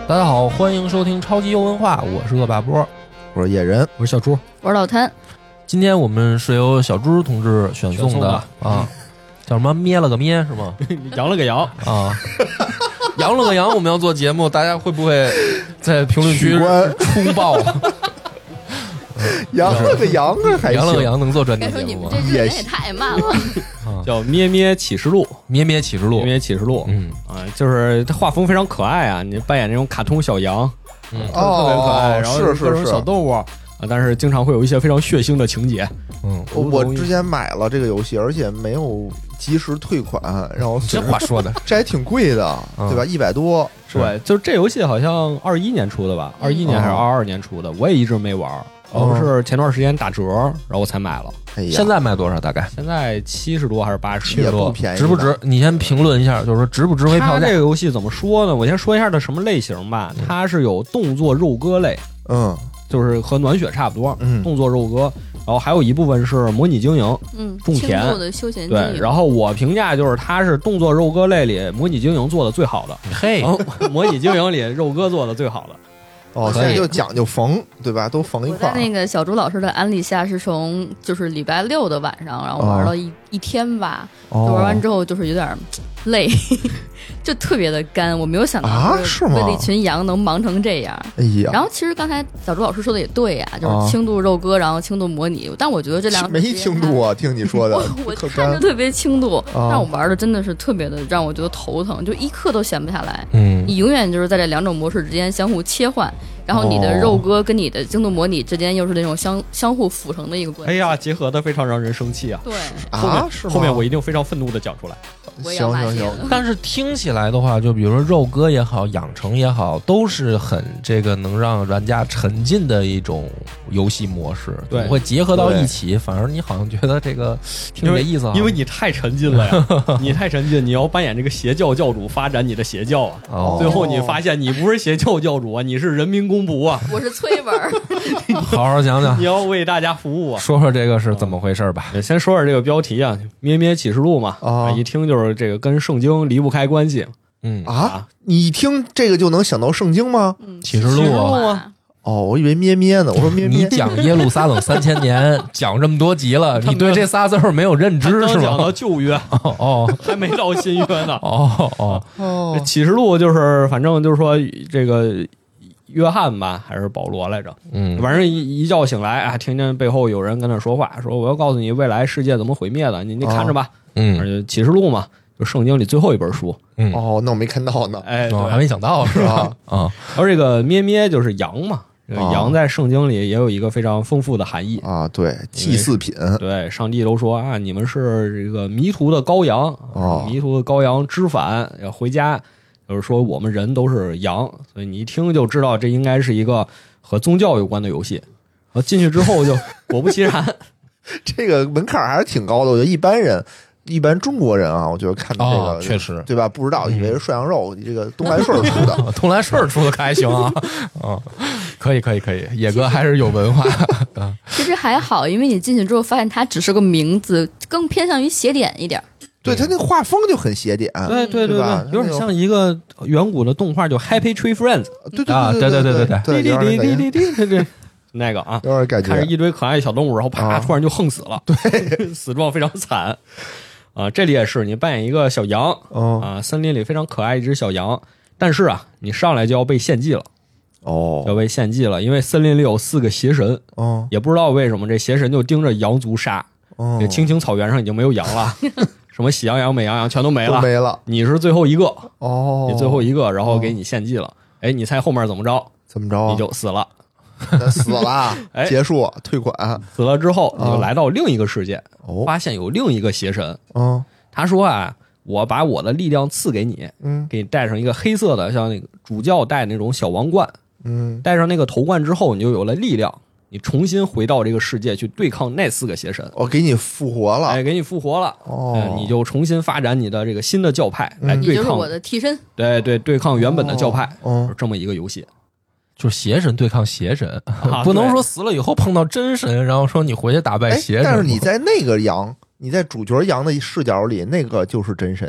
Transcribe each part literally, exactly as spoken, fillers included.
大家好，欢迎收听超级优文化，我是恶霸波， 我是野人， 我是小猪， 我是老谭。 今天我们是由小猪同志选送的啊，叫什么咩了个咩是吗？ 羊了个羊啊，羊了个羊，我们要做节目，大家会不会在评论区冲爆？ 羊了个羊还羊了个羊能做专题节目吗？ 这人也太慢了。 叫咩咩启示录， 咩咩启示录， 咩咩启示录，嗯啊，就是它画风非常可爱啊，你扮演那种卡通小羊， 嗯， 特别可爱， 哦、 然后是是是小动物啊，但是经常会有一些非常血腥的情节。 嗯， 我之前买了这个游戏，而且没有及时退款，然后这话说的， 这还挺贵的，对吧？一百多， 对，就是这游戏好像二一年出的吧，二一年还是二二年出的，我也一直没玩。我是前段时间打折，然后我才买了。 哎呀， 现在卖多少？大概现在七十多还是八十？ 七十多，便宜， 值不值？你先评论一下，就是说值不值回票价？ 它这个游戏怎么说呢？我先说一下它什么类型吧。它是有动作肉鸽类， 嗯， 就是和暖血差不多， 嗯， 动作肉鸽。然后还有一部分是模拟经营， 嗯， 种田的休闲经营。 对，然后我评价就是它是动作肉鸽类里模拟经营做的最好的。 嘿， 模拟经营里肉鸽做的最好的。 哦，现在就讲究缝，对吧？都缝一块。 我在那个小朱老师的安利下，是从就是礼拜六的晚上，然后玩了一、哦、一天吧。哦、就玩完之后就是有点累，就特别的干。我没有想到啊，是吗？ 为了一群羊能忙成这样。 哎呀！ 然后其实刚才小朱老师说的也对呀、啊，就是轻度肉鸽，然后轻度模拟。但我觉得这两没轻度啊，听你说的， 我我看着特别轻度，但我玩的真的是特别的让我觉得头疼，就一刻都闲不下来。嗯，你永远就是在这两种模式之间相互切换。然后你的肉鸽跟你的精度模拟之间又是那种相相互辅成的一个关系。 哎呀，结合的非常让人生气啊！ 对啊，是吗？ 后面我一定非常愤怒的讲出来。 行行行， 但是听起来的话，就比如说肉鸽也好，养成也好，都是很这个能让玩家沉浸的一种游戏模式， 对， 会结合到一起。反而你好像觉得这个挺有意思啊， 因为你太沉浸了呀，你太沉浸，你要扮演这个邪教教主，发展你的邪教啊。哦，最后你发现你不是邪教教主啊，你是人民公仆啊。 我是崔文， 好好讲讲， 你要为大家服务啊。 说说这个是怎么回事吧。 先说说这个标题啊，咩咩启示录嘛， 啊， 一听就是这个跟圣经离不开关系。 嗯啊，你一听这个就能想到圣经吗？ 嗯， 启示录啊。 哦，我以为咩咩呢。我说咩咩， 你讲耶路撒冷三千年，讲这么多集了，你对这仨字儿没有认知是吗？ 讲到旧约， 哦哦， 还没到新约呢。 哦哦哦， 启示录就是反正就是说这个约翰吧，还是保罗来着？嗯，反正一一觉醒来啊，听见背后有人跟他说话，说我要告诉你未来世界怎么毁灭的，你你看着吧。 嗯， 而且启示录嘛，就圣经里最后一本书。 嗯， 哦，那我没看到呢。 哎， 哦、还没想到是吧？啊， 而这个咩咩就是羊嘛。羊在圣经里也有一个非常丰富的含义啊，对，祭祀品， 对，上帝都说啊，你们是这个迷途的羔羊，哦、迷途的羔羊知返要回家，就是说我们人都是羊，所以你一听就知道这应该是一个和宗教有关的游戏。然后进去之后就果不其然， 这个门槛还是挺高的，我觉得一般人。一般中国人啊，我觉得看到这个、 哦、确实对吧？不知道以为是涮羊肉，你、嗯、这个东来顺出的， 东来顺出的可还行啊，啊，可以可以可以，野哥还是有文化。 其实还好，因为你进去之后发现它只是个名字，更偏向于写点一点。 对，它那个画风就很写点， 对对对对，有点像一个远古的动画，就 Happy Tree Friends。 对对啊，对对对对对， 对滴滴滴滴滴滴滴。那个啊， 有点感觉， 看着一堆可爱的小动物，然后啪， 啊、 突然就横死了， 对， 死状非常惨。啊，这里也是你扮演一个小羊， 哦、 啊，森林里非常可爱一只小羊，但是啊，你上来就要被献祭了， 哦， 要被献祭了，因为森林里有四个邪神， 哦， 也不知道为什么这邪神就盯着羊族杀， 哦， 这青青草原上已经没有羊了，什么喜羊羊、美羊羊全都没了， 都没了， 你是最后一个， 哦， 你最后一个，然后给你献祭了，哎、哦，你猜后面怎么着？ 怎么着？ 你就死了。 死了， 哎， 结束退款。 死了之后，你就来到另一个世界， 哦、 发现有另一个邪神。 嗯， 他说啊，我把我的力量赐给你， 嗯， 给你戴上一个黑色的，像那个主教戴那种小王冠， 嗯， 戴上那个头冠之后，你就有了力量，你重新回到这个世界去对抗那四个邪神。 我、哦、给你复活了， 哎，给你复活了。 哦、 呃，你就重新发展你的这个新的教派来对抗， 你就是我的替身。 对对，对抗原本的教派， 哦， 就是这么一个游戏。 就是邪神对抗邪神， 啊、 不能说死了以后碰到真神，然后说你回去打败邪神。 但是你在那个羊，你在主角羊的视角里，那个就是真神啊。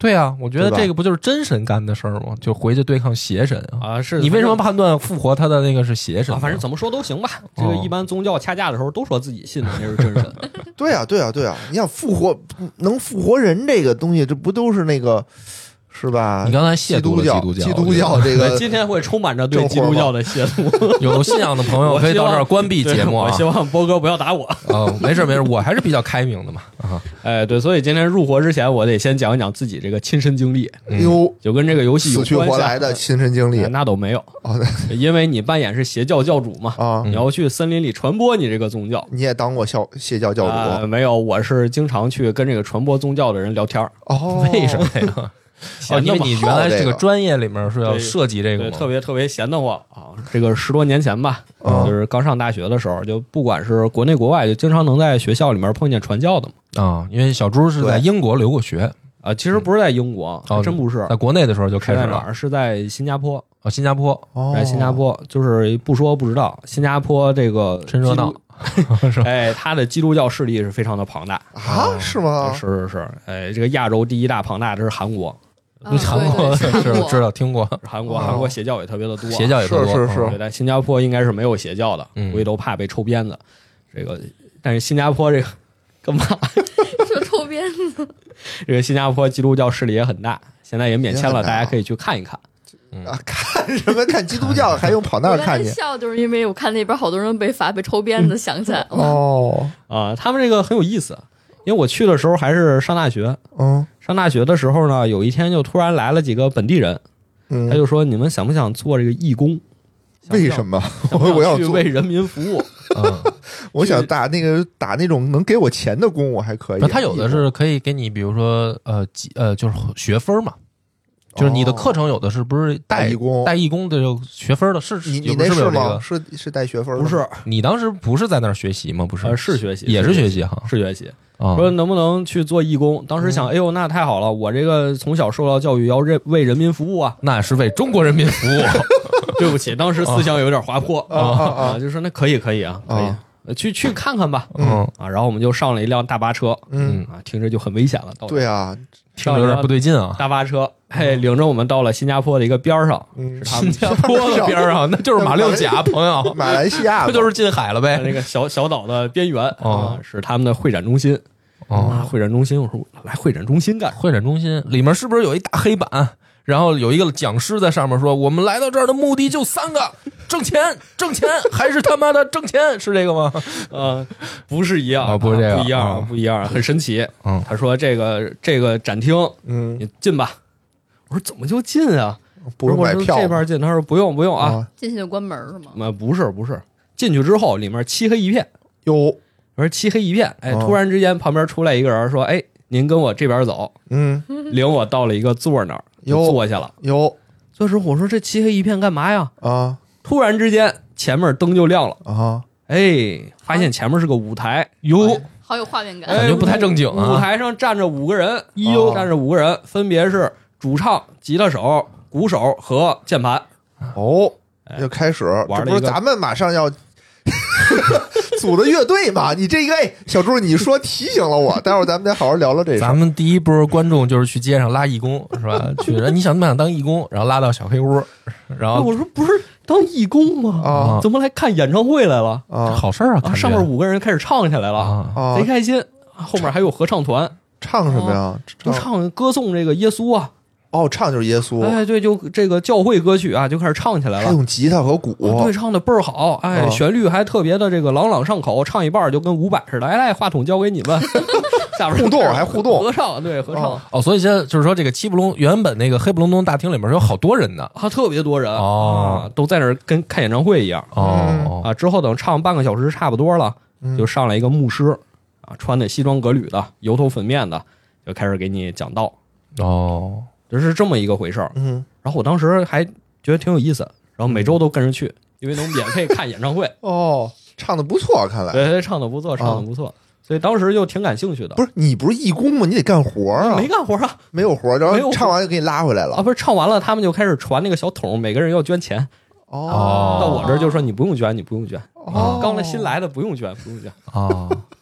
对啊，我觉得这个不就是真神干的事儿吗？就回去对抗邪神啊！是你为什么判断复活他的那个是邪神、 啊？反正怎么说都行吧。这个一般宗教掐架的时候都说自己信的那是真神。 对啊，对啊，对啊！你想复活能复活人这个东西，这不都是那个？是吧？ 你刚才亵渎了基督教， 基督教这个今天会充满着对基督教的亵渎。 有信仰的朋友可以到这儿关闭节目啊！ 我希望波哥不要打我。 哦，没事没事，我还是比较开明的嘛。啊， 哎，对，所以今天入活之前，我得先讲一讲自己这个亲身经历。 哟、嗯， 就跟这个游戏有死去活来的亲身经历， 那都没有。 哦， 因为你扮演是邪教教主嘛， 啊， 你要去森林里传播你这个宗教。 你也当过教邪教教主、 呃？没有，我是经常去跟这个传播宗教的人聊天。 哦， 为什么呀？哦，因为你原来这个专业里面是要涉及这个吗？ 对，特别特别闲得慌啊！这个十多年前吧， 哦、 就是刚上大学的时候，就不管是国内国外，就经常能在学校里面碰见传教的嘛。 啊，因为小朱是在英国留过学啊，其实不是在英国， 嗯、 真不是， 在国内的时候就开始了。 在哪儿？是在新加坡啊，新加坡， 哦、 在新加坡，就是不说不知道，新加坡这个真热闹。 哎，他的基督教势力是非常的庞大啊？是吗？ 是是是，哎，这个亚洲第一大庞大这是韩国。 嗯、 韩国是知道听过， 韩国韩国邪教也特别的多， 邪教也特多，是是是。 对，但新加坡应该是没有邪教的，估计都怕被抽鞭子。这个，但是新加坡这个干嘛？ 说抽鞭子。 这个新加坡基督教势力也很大，现在也免签了，大家可以去看一看。 啊，看什么？看基督教还用跑那儿看去？ 笑就是因为我看那边好多人被罚被抽鞭子，想起来了。 哦啊，他们这个很有意思。因为我去的时候还是上大学， 嗯， 上大学的时候呢，有一天就突然来了几个本地人， 嗯， 他就说：“你们想不想做这个义工？ 为什么？ 想不想我要去为人民服务啊！ 我想打那个打那种能给我钱的工，我还可以。 他有的是可以给你，比如说呃呃，就是学分嘛。”就是你的课程有的是不是带义工带义工的学分的？是你你那是吗？是是带学分的？ 不是， 你当时不是在那儿学习吗？不是， 呃、是学习， 也是学习哈， 是学习。 啊、 说能不能去做义工？当时想，哎呦，那太好了！我这个从小受到教育，要为人民服务啊， 那是为中国人民服务。 对不起，当时思想有点滑坡啊啊啊！ 就说那可以可以啊，可以。 啊去去看看吧， 嗯啊，然后我们就上了一辆大巴车， 嗯啊，听着就很危险了。 对啊， 听着有点不对劲啊。 大巴车，嘿，领着我们到了新加坡的一个边上， 嗯， 新加坡的边上，那就是马六甲，朋友， 马来西亚， 不就是近海了呗？ 那个小小岛的边缘啊， 是他们的会展中心。 哦， 会展中心，我说来会展中心干？ 会展中心里面是不是有一大黑板？然后有一个讲师在上面说：“我们来到这儿的目的就三个，挣钱，挣钱，还是他妈的挣钱，是这个吗？” 呃，不是一样啊，不是这个， 不一样，不一样，很神奇。 嗯， 他说这个这个展厅， 嗯， 你进吧。我说怎么就进啊？ 不用买票， 这边进。他说不用不用啊， 进去就关门是吗？ 呃，不是不是，进去之后里面漆黑一片。 哟， 我说漆黑一片，哎，突然之间旁边出来一个人说：“哎，您跟我这边走。” 嗯， 领我到了一个座那儿。就坐下了哟， 这时候我说这漆黑一片干嘛呀？ 啊！ 突然之间前面灯就亮了啊！ 哎，发现前面是个舞台哟， 好有画面感， 感觉不太正经啊！ 舞台上站着五个人， 哟， 站着五个人，分别是主唱、吉他手、鼓手和键盘。 哦，就开始玩了一个， 这不是咱们马上要组的乐队嘛？你这个哎，小朱，你说提醒了我，待会儿咱们得好好聊聊这事。 咱们第一波观众就是去街上拉义工，是吧？去，你想不想当义工？然后拉到小黑屋，然后我说不是当义工吗？ 啊， 怎么来看演唱会来了？ 啊， 好事啊！ 啊，上面五个人开始唱起来了， 啊， 贼开心。后面还有合唱团， 唱什么呀？ 就唱歌颂这个耶稣啊。 哦，唱就是耶稣， 哎，对，就这个教会歌曲啊，就开始唱起来了。 还用吉他和鼓， 哦、对，唱的倍儿好，哎， 哦、 旋律还特别的这个朗朗上口，唱一半就跟伍佰似的。来来，话筒交给你们，下边互动还互动， 合唱，对，合唱。 哦，哦所以现在就是说，这个七不隆原本那个黑不隆咚大厅里面有好多人呢， 啊，特别多人哦、 啊，都在那儿跟看演唱会一样哦啊。之后等唱半个小时差不多了， 嗯、 就上来一个牧师啊，穿的西装革履的，油头粉面的，就开始给你讲道。 哦。 就是这么一个回事儿， 嗯， 然后我当时还觉得挺有意思，然后每周都跟着去，因为能免费看演唱会。 哦，唱的不错，看来对，唱的不错，唱的不错，哦、所以当时就挺感兴趣的。 不是你不是义工吗？你得干活啊！ 没干活啊， 没有活，然后唱完就给你拉回来了啊！不是唱完了，他们就开始传那个小桶，每个人要捐钱。 哦， 到我这儿就说你不用捐，你不用捐。 哦， 刚来新来的不用捐，不用捐。 哦。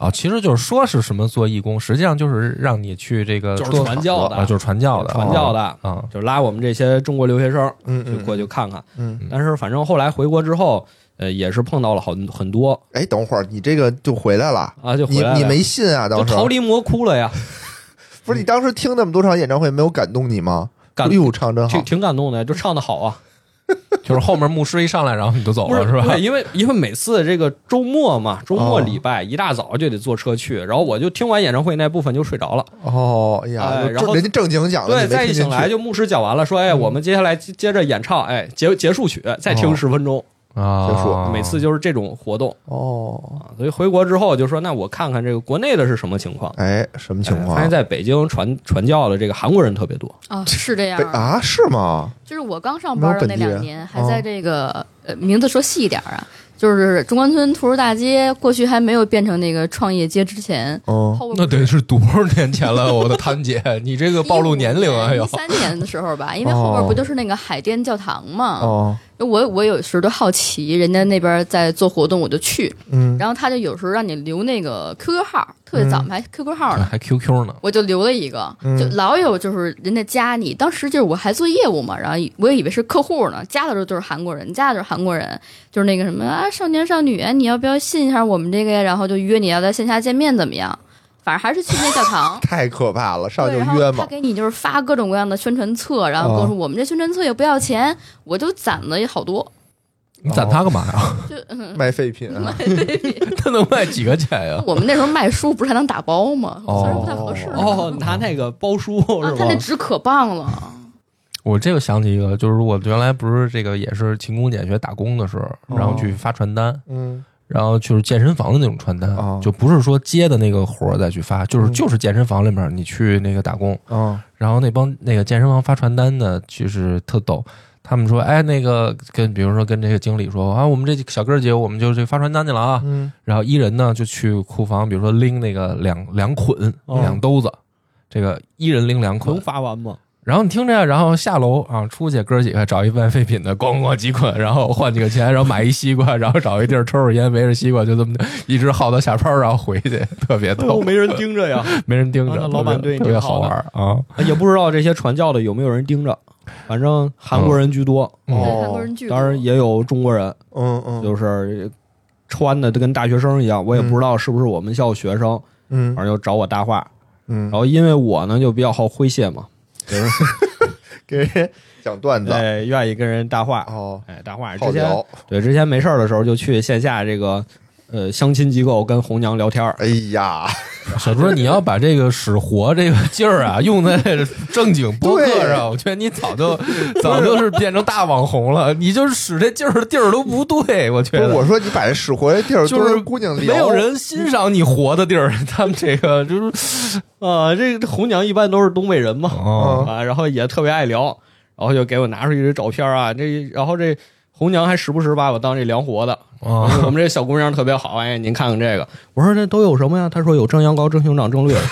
啊，其实就是说是什么做义工，实际上就是让你去这个就是传教的啊，就是传教的， 传教的啊、 哦， 就是拉我们这些中国留学生， 嗯， 就过去看看。 嗯， 但是反正后来回国之后，呃，也是碰到了很很多。 哎，等会儿你这个就回来了啊，就回来了， 你你没信啊？当时就逃离魔窟了呀。 不是你当时听那么多场演唱会，没有感动你吗？ 感哎呦，唱真好， 挺挺感动的，就唱的好啊。 就是后面牧师一上来，然后你就走了，是吧？ 对，因为因为每次这个周末嘛，周末礼拜、哦、一大早就得坐车去，然后我就听完演唱会那部分就睡着了。 哦，哎呀， 哎、然后人家正经讲的， 对，再一醒来就牧师讲完了，说，哎，我们接下来接着演唱，哎，结结束曲，再听十分钟。哦啊， 结束， 每次就是这种活动哦、 啊，所以回国之后就说，那我看看这个国内的是什么情况？ 哎，什么情况？ 发现在北京传传教的这个韩国人特别多啊，是这样啊？是吗？ 就是我刚上班的那两年，还在这个、哦、呃名字说细一点啊，就是中关村图书大街，过去还没有变成那个创业街之前， 哦， 那得是多少年前了？我的谭姐，你这个暴露年龄啊！ 一三年的时候吧，因为后边不就是那个海淀教堂嘛？ 哦。 我我有时都好奇，人家那边在做活动，我就去。 嗯， 然后他就有时候让你留那个 Q Q 号，特别早还 Q Q 号呢， 还 Q Q 呢， 我就留了一个，就老有就是人家加你。当时就是我还做业务嘛，然后我也以为是客户呢，加的时候都是韩国人，加的都是韩国人，就是那个什么啊，少年少女，你要不要信一下我们这个呀？然后就约你要在线下见面怎么样？反正还是去那教堂， 太可怕了，上就约嘛。 他给你就是发各种各样的宣传册，然后跟我说、哦、我们这宣传册也不要钱，我就攒了也好多。 你攒它干嘛呀？ 就、嗯、 卖废品、啊， 卖废品， 他能卖几个钱呀？ 我们那时候卖书不是还能打包吗？ 哦， 虽然不太合适。 哦，拿那个包书是吧？ 啊、他那纸可棒了。 我这个想起一个，就是我原来不是这个也是勤工俭学打工的时候，然后去发传单， 嗯， 然后就是健身房的那种传单， 哦、 就不是说接的那个活再去发，就是、嗯、就是健身房里面你去那个打工， 哦、 然后那帮那个健身房发传单的，其实特逗。他们说，哎，那个跟比如说跟这个经理说啊，我们这小哥姐，我们就这发传单去了啊。 嗯， 然后一人呢就去库房，比如说拎那个两两捆、哦、两兜子，这个一人拎两捆， 能发完吗？ 然后你听着，然后下楼啊，出去哥几个找一卖废品的，咣咣几捆，然后换几个钱，然后买一西瓜，然后找一地儿抽着烟，围着西瓜，就这么一直耗到下班，然后回去，特别逗， 没人盯着呀， 没人盯着， 啊、老板对你特别好玩啊。 也不知道这些传教的有没有人盯着，反正韩国人居多， 嗯、哦，韩国人居多， 当然也有中国人， 嗯嗯， 就是穿的跟大学生一样，我也不知道是不是我们校学生， 嗯， 反正就找我搭话， 嗯， 然后因为我呢就比较好诙谐嘛，就是给人讲段子， 哎，愿意跟人搭话， 哦， 哎，搭话。之前对之前没事的时候就去线下这个呃相亲机构跟红娘聊天。 哎呀， 小朱，你要把这个使活这个劲儿啊用在正经播客上，我觉得你早就早就是变成大网红了。你就是使这劲儿的地儿都不对，我觉得。 我说你把这使活这地儿就是姑娘聊， 没有人欣赏你活的地儿。他们这个就是啊，这个红娘一般都是东北人嘛， 哦、 啊，然后也特别爱聊，然后就给我拿出一张照片啊，这然后这红娘还时不时把我当这量活的。 哦、 我们这小姑娘特别好，哎，您看看这个。我说这都有什么呀？她说有正阳膏、正兄长、正绿，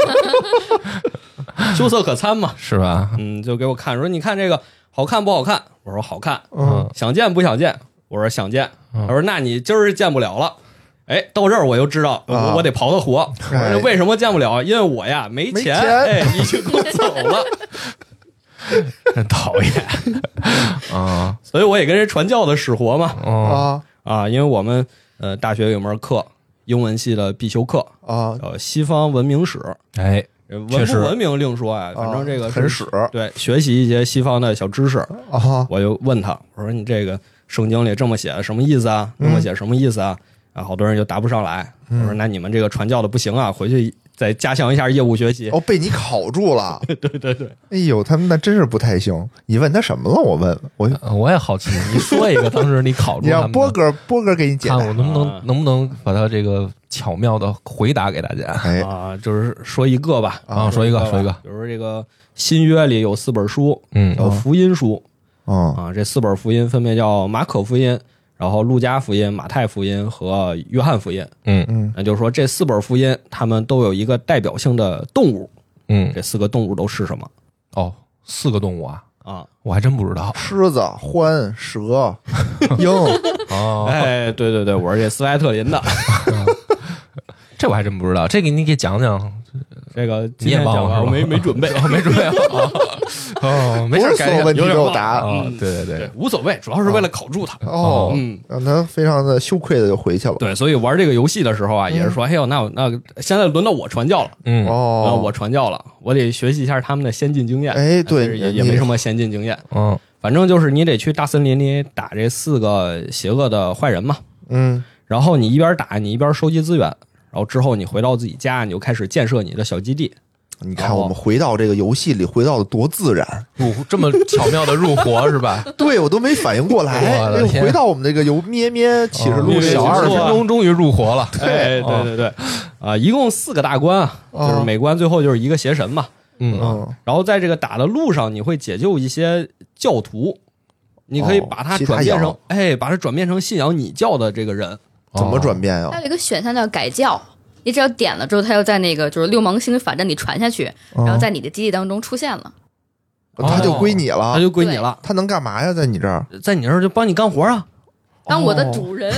羞涩可餐嘛， 是吧？ 嗯，就给我看，说你看这个好看不好看？我说好看。 嗯， 想见不想见？我说想见。他说那你今儿见不了了。哎，到这儿我就知道， 啊、 我得刨他活。 哎、 为什么见不了？因为我呀没钱， 没钱哎，你就给我走了。 真讨厌啊！ 所以我也跟人传教的使活嘛。 啊啊，因为我们呃大学有门课，英文系的必修课啊， 呃西方文明史。 哎， 文不文明另说啊，反正这个很史， 对，学习一些西方的小知识啊。 我就问他，我说你这个圣经里这么写什么意思啊？那么写什么意思啊？啊，好多人就答不上来。我说那你们这个传教的不行啊，回去再加强一下业务学习。 哦，被你考住了。 对对对。 哎呦，他们那真是不太行。你问他什么了？我问问我，我也好奇。你说一个，当时你考住你让波哥波哥给你解答， 看我能不能、啊、能不能把他这个巧妙的回答给大家。 哎啊，就是说一个吧。 啊，说一个，说一个。 比如这个新约里有四本书， 嗯， 有福音书。 嗯啊，这四本福音分别叫马可福音，然后路加福音、马太福音和约翰福音。 嗯嗯， 那就是说这四本福音，他们都有一个代表性的动物。 嗯， 这四个动物都是什么？ 哦，四个动物啊啊， 我还真不知道。 狮子、獾、蛇、鹰。 哦， 哎，对对对，我是这斯莱特林的。 这我还真不知道，这个你给讲讲。 这个你也忘了， 我没没准备， 没准备好。哦，没事， 所有问题都有答案。 嗯，对对对， 对，无所谓，主要是为了考住他。 哦，嗯，让他非常的羞愧的就回去了。 对，所以玩这个游戏的时候啊，也是说，哎呦，那我那现在轮到我传教了。 嗯， 哦， 我传教了，我得学习一下他们的先进经验。 哎，对， 也也没什么先进经验。 嗯， 反正就是你得去大森林里打这四个邪恶的坏人嘛。 嗯， 然后你一边打，你一边收集资源，然后之后你回到自己家，你就开始建设你的小基地。 你看，我们回到这个游戏里，回到的多自然， 入这么巧妙的入活是吧？ 对，我都没反应过来。回到我们这个游咩咩启示录， 小二十分钟终于入活了。 对对对对，啊，一共四个大关啊，就是每关最后就是一个邪神嘛。 嗯， 然后在这个打的路上，你会解救一些教徒，你可以把它转变成，哎，把它转变成信仰你教的这个人。 怎么转变啊？ 它有一个选项叫改教。你只要点了之后，它又在那个就是六芒星法阵里传下去，然后在你的基地当中出现了， 它就归你了， 它就归你了。 它能干嘛呀？在你这儿， 在你这儿就帮你干活啊， 当我的主人。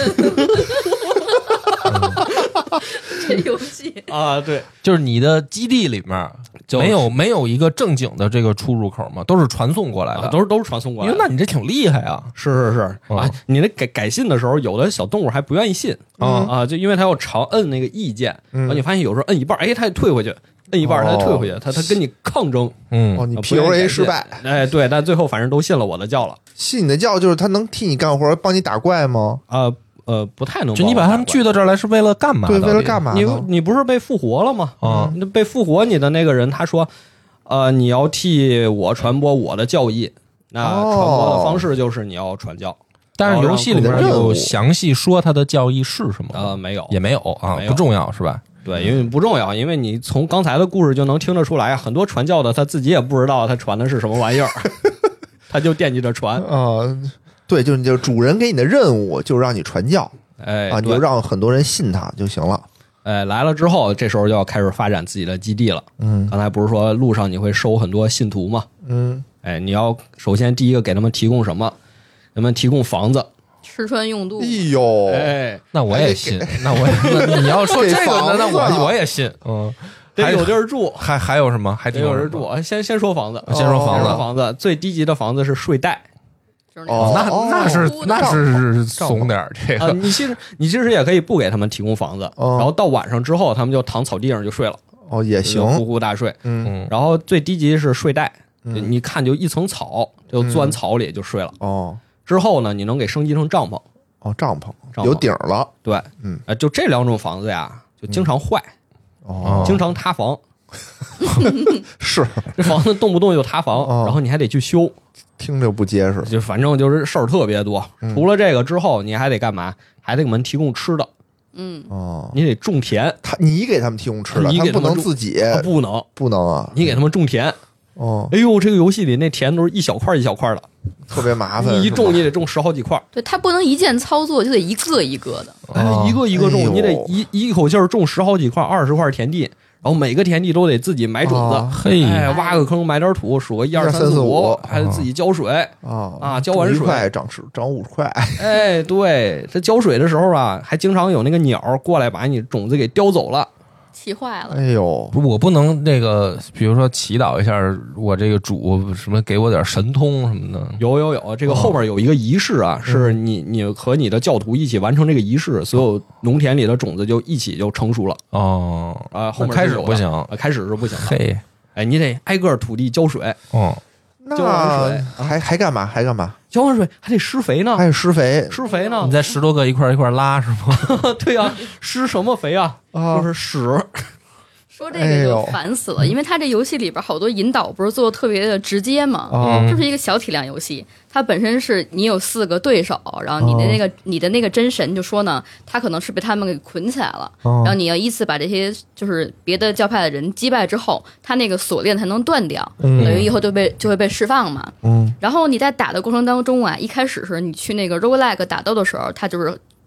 这游戏啊，对， 就是你的基地里面没有没有一个正经的这个出入口嘛，都是传送过来的， 都是都是传送过来的。 那你这挺厉害啊！ 是是是啊，你那改改信的时候，有的小动物还不愿意信啊啊，就因为它要长摁那个 E 键，然后你发现有时候摁一半，哎，它也退回去。摁一半他退回去，他他跟你抗争， 嗯， 哦，你 P U A 失败， 哎，对，但最后反正都信了我的教了。 信你的教就是他能替你干活，帮你打怪吗？ 啊呃，不太能。 就你把他们聚到这儿来是为了干嘛？ 对，为了干嘛？ 你你不是被复活了吗？ 啊， 你被复活，你的那个人他说，呃，你要替我传播我的教义，那传播的方式就是你要传教。 但是游戏里面有详细说他的教义是什么？ 呃，没有， 也没有啊，不重要是吧？ 对，因为不重要，因为你从刚才的故事就能听得出来，很多传教的他自己也不知道他传的是什么玩意儿，他就惦记着传啊、呃。对，就就主人给你的任务就是让你传教， 哎啊，你就让很多人信他就行了。 哎，来了之后，这时候就要开始发展自己的基地了。 嗯， 刚才不是说路上你会收很多信徒吗？ 嗯， 哎，你要首先第一个给他们提供什么？给他们提供房子。 吃穿用度， 哎呦， 哎， 那我也信，那我那你要说这个，那我我也信，嗯， 得有地儿住， 还还有什么？还得有人住。先先说房子， 先说房子， 房子最低级的房子是睡袋。 哦，那那是那是怂点儿这个。 你其实你其实也可以不给他们提供房子，然后到晚上之后，他们就躺草地上就睡了。 哦，也行， 呼呼大睡。 嗯， 然后最低级是睡袋，你看就一层草，就钻草里就睡了。 哦。 之后呢，你能给升级成帐篷哦，帐篷有顶了， 对， 嗯， 呃，就这两种房子呀，就经常坏， 哦， 经常塌房， 是这房子动不动就塌房， 哦、 然后你还得去修， 听着不结实， 就反正就是事儿特别多。 嗯、 除了这个之后，你还得干嘛？还得给我们提供吃的， 嗯， 哦， 你得种田， 他你给他们提供吃的， 你给他们不能自己， 不能不能啊， 你给他们种田。 哦， 哎呦，这个游戏里那田都是一小块一小块的， 特别麻烦。 你一种你得种十好几块， 对，它不能一键操作，就得一个一个的， 哎，一个一个种，你得一一口气儿种十好几块、二十块田地，然后每个田地都得自己买种子， 嘿， 哎，挖个坑，买点土，数个一二三四五，还得自己浇水啊啊，浇完水长十长五块， 哎，对，这浇水的时候啊，还经常有那个鸟过来把你种子给叼走了。 气坏了！ 哎呦， 我不能那个，比如说祈祷一下我这个主什么，给我点神通什么的。 有有有，这个后面有一个仪式啊，哦、是你你和你的教徒一起完成这个仪式，所有农田里的种子就一起就成熟了。 哦啊，后面开始不行， 啊，开始是不行的。 嘿， 哎，你得挨个土地浇水。 哦， 浇完水还还干嘛？还干嘛？ 浇完水还得施肥呢， 还得施肥， 施肥呢。 你再十多个一块一块拉是吗？ 对呀、啊，施什么肥啊？ 啊就是屎。 说这个就烦死了，因为它这游戏里边好多引导不是做的特别的直接嘛， 哦、 就是一个小体量游戏。它本身是你有四个对手，然后你的那个、哦、你的那个真神就说呢，他可能是被他们给捆起来了， 哦、 然后你要依次把这些就是别的教派的人击败之后，他那个锁链才能断掉， 嗯、 等于以后就被就会被释放嘛。 嗯， 然后你在打的过程当中啊，一开始是你去那个 roguelike 打斗的时候，它就是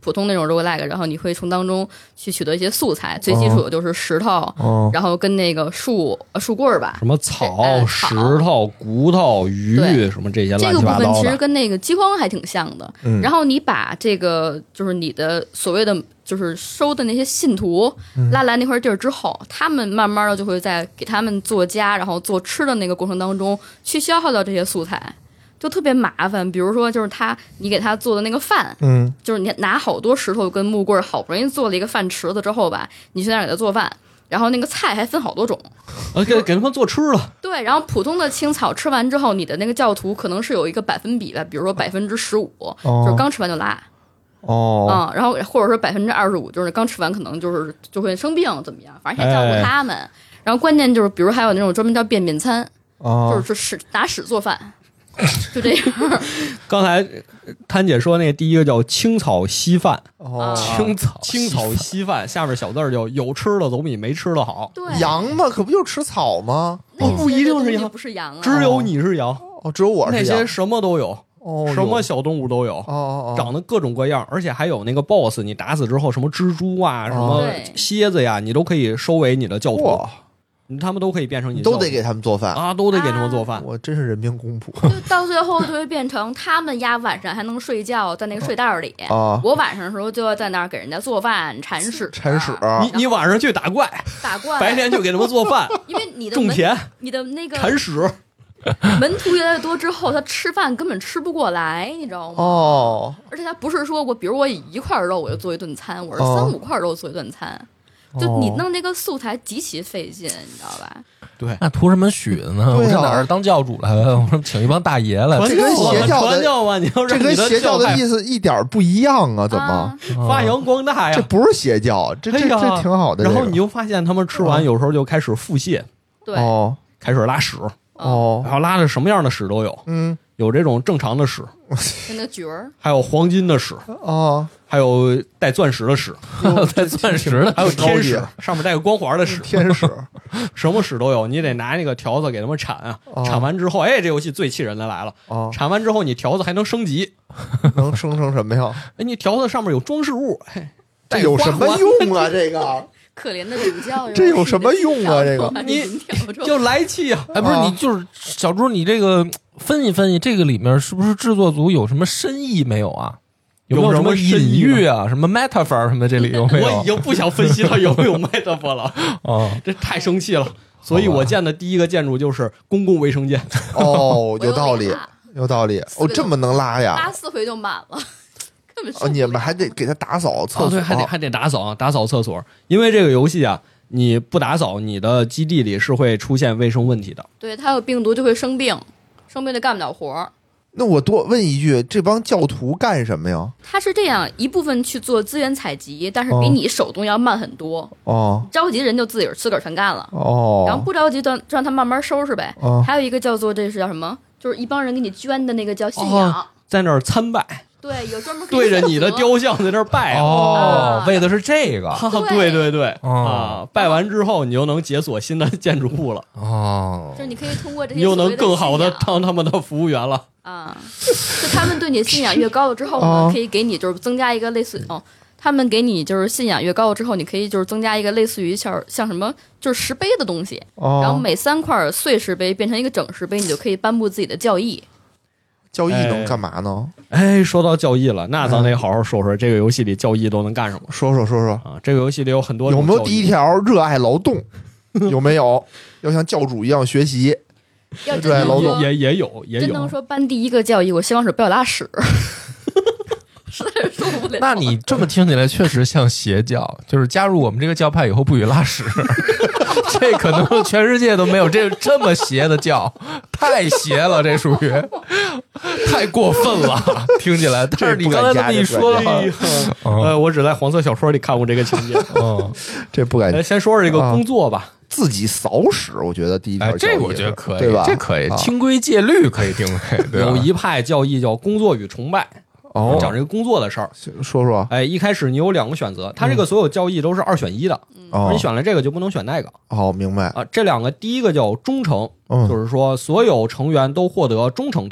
普通那种 roguelike， 然后你会从当中去取得一些素材，最基础的就是石头， 哦、 然后跟那个树呃树棍儿吧， 什么草、呃、石头、骨头、鱼什么这些乱七八糟的。 这个部分其实跟那个饥荒还挺像的。 嗯、 然后你把这个就是你的所谓的就是收的那些信徒拉来那块地儿之后，嗯、他们慢慢的就会在给他们做家，然后做吃的那个过程当中去消耗掉这些素材。就特别麻烦，比如说就是他，你给他做的那个饭， 嗯， 就是你拿好多石头跟木棍，好不容易做了一个饭池子之后吧，你去那儿给他做饭，然后那个菜还分好多种， 啊，给给他们做吃的。 对，然后普通的青草吃完之后，你的那个教徒可能是有一个百分比的，比如说百分之十五，就是刚吃完就拉， 哦， 嗯，然后或者说百分之二十五，就是刚吃完可能就是就会生病怎么样，反正先照顾他们。哎、然后关键就是，比如还有那种专门叫便便餐，哦、就是屎拿屎做饭。就这样。 刚才摊姐说那个第一个叫青草稀饭， 哦， 青草青草稀饭，下面小字儿就有吃的总比没吃的好。 对， 羊嘛，可不就吃草吗？ 那不一定是羊， 不是羊啊， 只有你是羊。 哦，只有我是羊。 那些什么都有， 哦， 什么小动物都有， 哦哦， 长得各种各样，而且还有那个 boss， 你打死之后，什么蜘蛛啊，什么蝎子呀，你都可以收为你的教徒。他们都可以变成你， 都得给他们做饭啊，都得给他们做饭。 啊、我真是人民公仆。 就到最后就会变成他们呀，晚上还能睡觉在那个睡袋里啊。 我晚上的时候就要在那儿给人家做饭铲屎。 铲屎。 你你晚上去打怪， 打怪， 白天就给他们做饭。 因为你的种田， 你的那个铲屎。 门徒越来越多之后，他吃饭根本吃不过来，你知道吗？ 哦。 而且他不是说我，比如我以一块肉我就做一顿餐，我是三五块肉做一顿餐。哦、就你弄那个素材极其费劲，你知道吧？ 对， 那图什么许的呢？我上哪儿当教主来了？我说请一帮大爷来， 这跟邪教的教嘛，你要这跟邪教的意思一点不一样啊？怎么、 啊、 发扬光大呀？ 这不是邪教，这这这挺好的。 然后你就发现他们吃完有时候就开始腹泻， 对， 哦， 开始拉屎， 哦， 然后拉的什么样的屎都有， 嗯， 有这种正常的屎， 那个角儿， 还有黄金的屎， 哦。 还有带钻石的屎， 还有带钻石的， 还有天使，上面带个光环的屎， 天使， 什么屎都有。你得拿那个条子给他们铲啊， 哦、 铲完之后，哎，这游戏最气人的来了， 哦、 铲完之后你条子还能升级， 能升成什么呀？ 哎，你条子上面有装饰物，哎， 这有什么用啊？这个可怜的主教， 这有什么用啊？这个你就来气啊！ 哎，不是你就是小猪，你这个分析分析，这个里面是不是制作组有什么深意没有啊？有没有什么隐喻啊？什么 metaphor 什么的？这里有没有？ 我已经不想分析它有没有 metaphor 了啊！这太生气了。所以我建的第一个建筑就是公共卫生间。 哦，有道理，有道理。哦，这么能拉呀？ 拉四回就满了。 哦，你们还得给他打扫厕所， 哦、对，还得还得打扫打扫厕所，因为这个游戏啊，你不打扫，你的基地里是会出现卫生问题的。 对，它有病毒就会生病，生病就干不了活。 那我多问一句，这帮教徒干什么呀？ 他是这样，一部分去做资源采集，但是比你手动要慢很多。 哦， 着急人就自己自个儿全干了。 哦， 然后不着急就让他慢慢收拾呗。 哦， 还有一个叫做这是叫什么？就是一帮人给你捐的那个叫信仰， 哦、在那儿参拜。 对，有专门对着你的雕像在那儿拜哦，为的是这个。 对对对啊、 哦， 拜完之后你就能解锁新的建筑物了。 哦， 就是你可以通过这些， 你又能更好的当他们的服务员了。 啊，就他们对你信仰越高了之后呢， 哦、 可以给你就是增加一个类似哦，他们给你就是信仰越高了之后，你可以就是增加一个类似于像像什么就是石碑的东西， 哦、 然后每三块碎石碑变成一个整石碑，你就可以颁布自己的教义。 教义能干嘛呢？ 哎，说到教义了，那咱得好好说说这个游戏里教义都能干什么。 说说说说啊，这个游戏里有很多有没有第一条热爱劳动？有没有要像教主一样学习？热爱劳动也也有也有。 真能说颁第一个教义，我希望是不要拉屎。实在是受不了。 那你这么听起来确实像邪教，就是加入我们这个教派以后不许拉屎。这可能全世界都没有这这么邪的教，太邪了，这属于太过分了，听起来。但是你刚才这么一说的话， 呃，我只在黄色小说里看过这个情节。 嗯，这不敢。 先说说这个工作吧， 啊、自己扫屎，我觉得第一条、 哎，这我觉得可以， 对吧？ 这可以，清规戒律可以定位。对吧， 有一派教义叫工作与崇拜。 哦， 讲这个工作的事儿， 说说。 哎，一开始你有两个选择，他这个所有教义都是二选一的， 哦、 你选了这个就不能选那个。 哦，明白啊。这两个，第一个叫忠诚， 嗯、 就是说所有成员都获得忠诚特质，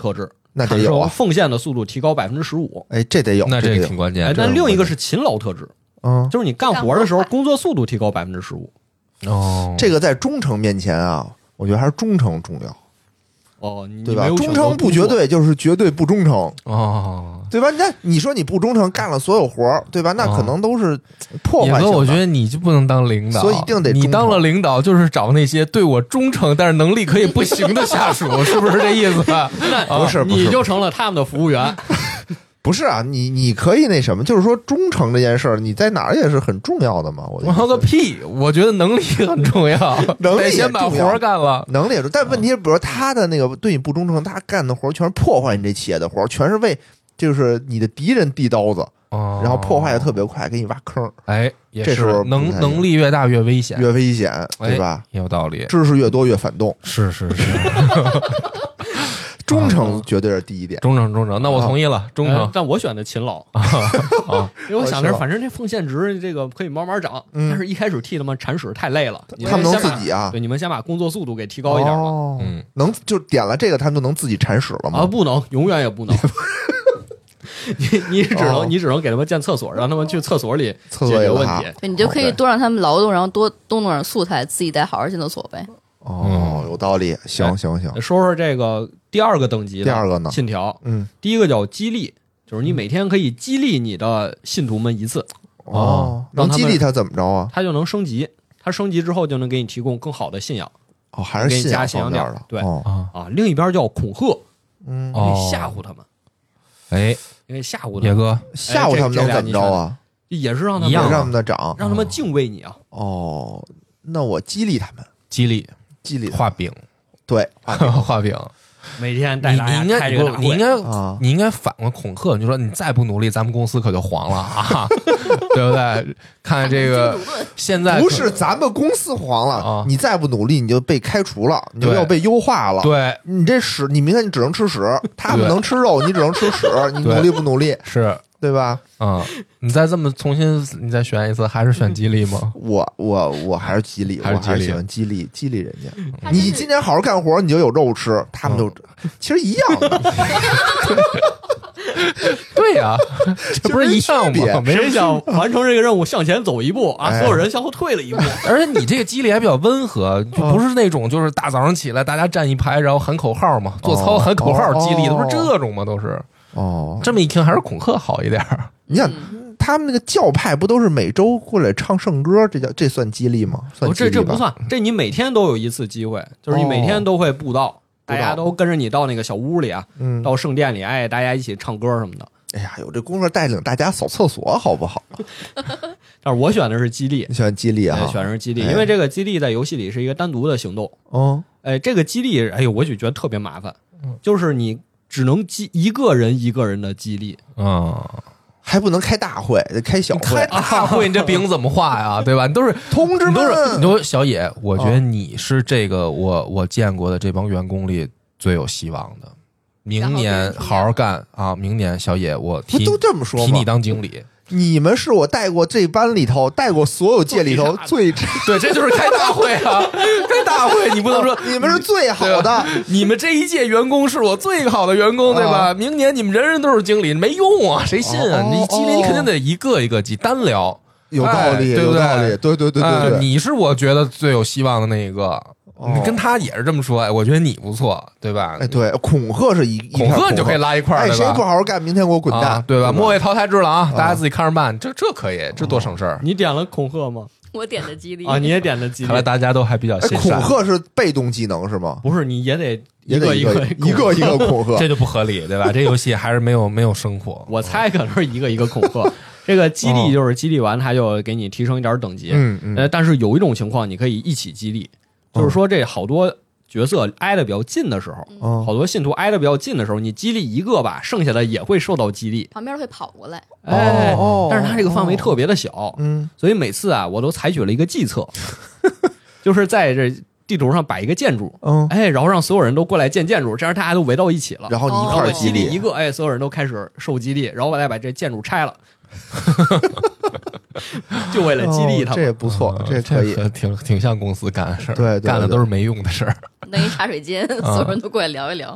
那得有啊， 奉献的速度提高百分之十五。 哎，这得有， 那这个挺关键。 哎，但另一个是勤劳特质， 嗯， 就是你干活的时候工作速度提高百分之十五。 哦， 这个在忠诚面前啊，我觉得还是忠诚重要。 哦，你对吧？忠诚不绝对就是绝对不忠诚哦， 对吧？那你说你不忠诚，干了所有活儿，对吧？那可能都是破坏性的。 野哥，我觉得你就不能当领导， 所以一定得你当了领导，就是找那些对我忠诚但是能力可以不行的下属，是不是这意思？ 不是， 你就成了他们的服务员。 不是啊，你你可以那什么，就是说忠诚这件事儿，你在哪儿也是很重要的嘛。我我个屁！我觉得能力很重要， 能力得先把活干了。 能力也重要，但问题是，比如他的那个对你不忠诚，他干的活全是破坏你这企业的活，全是为就是你的敌人递刀子， 哦、 然后破坏的特别快，给你挖坑。 哎，也是这时候能能力越大越危险， 越危险，对吧？ 哎、有道理。 知识越多越反动， 是是是。 忠诚绝对是第一点， 忠诚忠诚，那我同意了，忠诚。 但我选的勤劳啊， 因为我想着反正这奉献值这个可以慢慢涨，但是一开始替他们铲屎太累了， 他们能自己啊， 对，你们先把工作速度给提高一点吧。 嗯，能就点了这个，他们就能自己铲屎了吗？ 啊，不能，永远也不能。你你只能你只能给他们建厕所，让他们去厕所里解决问题。 对，你就可以多让他们劳动，然后多多弄点素材，自己再好好进厕所呗。 哦，有道理，行行行。 说说这个第二个等级的， 第二个呢？ 信条， 嗯， 第一个叫激励，就是你每天可以激励你的信徒们一次。 哦，能激励他怎么着啊？ 他就能升级，他升级之后就能给你提供更好的信仰。 哦，还是信仰信仰点的。 对啊，另一边叫恐吓， 嗯， 可以吓唬他们。 哎， 因为吓唬他们， 野哥吓唬他们能怎么着啊？ 也是让他们让他们的长， 让他们敬畏你啊。 哦，那我激励他们， 激励。 激励画饼， 对， 画饼， 每天带大家开这个大会， 你应该，你应该反过恐吓，你就说你再不努力，咱们公司可就黄了啊，对不对？看这个，现在不是咱们公司黄了， 啊、 你再不努力，你就被开除了，你就要被优化了。 对， 你这屎，你明天你只能吃屎，他们能吃肉，你只能吃屎，你努力不努力？ 是。 对吧？ 嗯，你再这么重新，你再选一次，还是选激励吗？ 我我我还是激励， 还是我还是喜欢激励，激励人家。你今年好好干活，你就有肉吃，他们就、嗯、其实一样的。 对呀、啊，这不是一样吗？ 没人想完成这个任务向前走一步啊，所有人向后退了一步。 而且你这个激励还比较温和，就不是那种就是大早上起来大家站一排，然后喊口号嘛，做操喊口号激励，都是这种嘛，都是。哦，这么一听还是恐吓好一点。 你想，他们那个教派不都是每周过来唱圣歌？这叫这算激励吗？算激励吧？ 这这不算，这你每天都有一次机会，就是你每天都会布道，哦、大家都跟着你到那个小屋里啊， 嗯、 到圣殿里，哎，大家一起唱歌什么的。 哎呀，有这功夫带领大家扫厕所，好不好？ 但是我选的是激励， 你选激励啊？ 选的是激励，因为这个激励在游戏里是一个单独的行动。 哦， 哎，这个激励，哎呦，我就觉得特别麻烦，就是你。只能激一个人一个人的激励， 嗯， 还不能开大会，得开小会。 开大会，你这饼怎么画呀？对吧？你都是同志们， 都是你说小野，我觉得你是这个我我见过的这帮员工里最有希望的。明年好好干啊！明年小野，我提都这么说， 提你当经理。 你们是我带过这班里头，带过所有届里头最对，这就是开大会啊！开大会，你不能说你们是最好的， 你们这一届员工是我最好的员工，对吧？啊、明年你们人人都是经理，没用啊，谁信啊？哦、你激励你肯定得一个一个激，单聊， 有道理， 哎、对不对？ 对对对对对、 呃，你是我觉得最有希望的那一个。你跟他也是这么说，哎，我觉得你不错，对吧？ 哎，对，恐吓是一恐吓你就可以拉一块儿， 哎，谁不好好干，明天给我滚蛋， 啊、对吧？末位淘汰制了啊，大家自己看着办，这这可以，这多省事儿。 你点了恐吓吗？ 我点的激励啊，你也点的激励， 看来大家都还比较心善。 恐吓是被动技能是吗？ 不是，你也得一个一个一个一个恐吓， 这就不合理，对吧？这游戏还是没有没有生活。 我猜可能是一个一个恐吓。这个激励就是激励完，他就给你提升一点等级。 嗯嗯。 呃，但是有一种情况，你可以一起激励，就是说这好多。角色挨得比较近的时候， 嗯、 好多信徒挨得比较近的时候，你激励一个吧，剩下的也会受到激励， 旁边会跑过来。 哎， 哦、 但是它这个范围特别的小， 嗯， 所以每次啊，我都采取了一个计策，就是在这地图上摆一个建筑， 嗯， 哎，然后让所有人都过来建建筑，这样大家都围到一起了， 然后你一块儿激励一个，哎，所有人都开始受激励，然后我再把这建筑拆了。就为了激励他们、 哦，这也不错， 嗯、 这可以， 挺挺像公司干的事儿， 对，对，对， 干的都是没用的事儿。 弄一茶水间，所有人都过来聊一聊。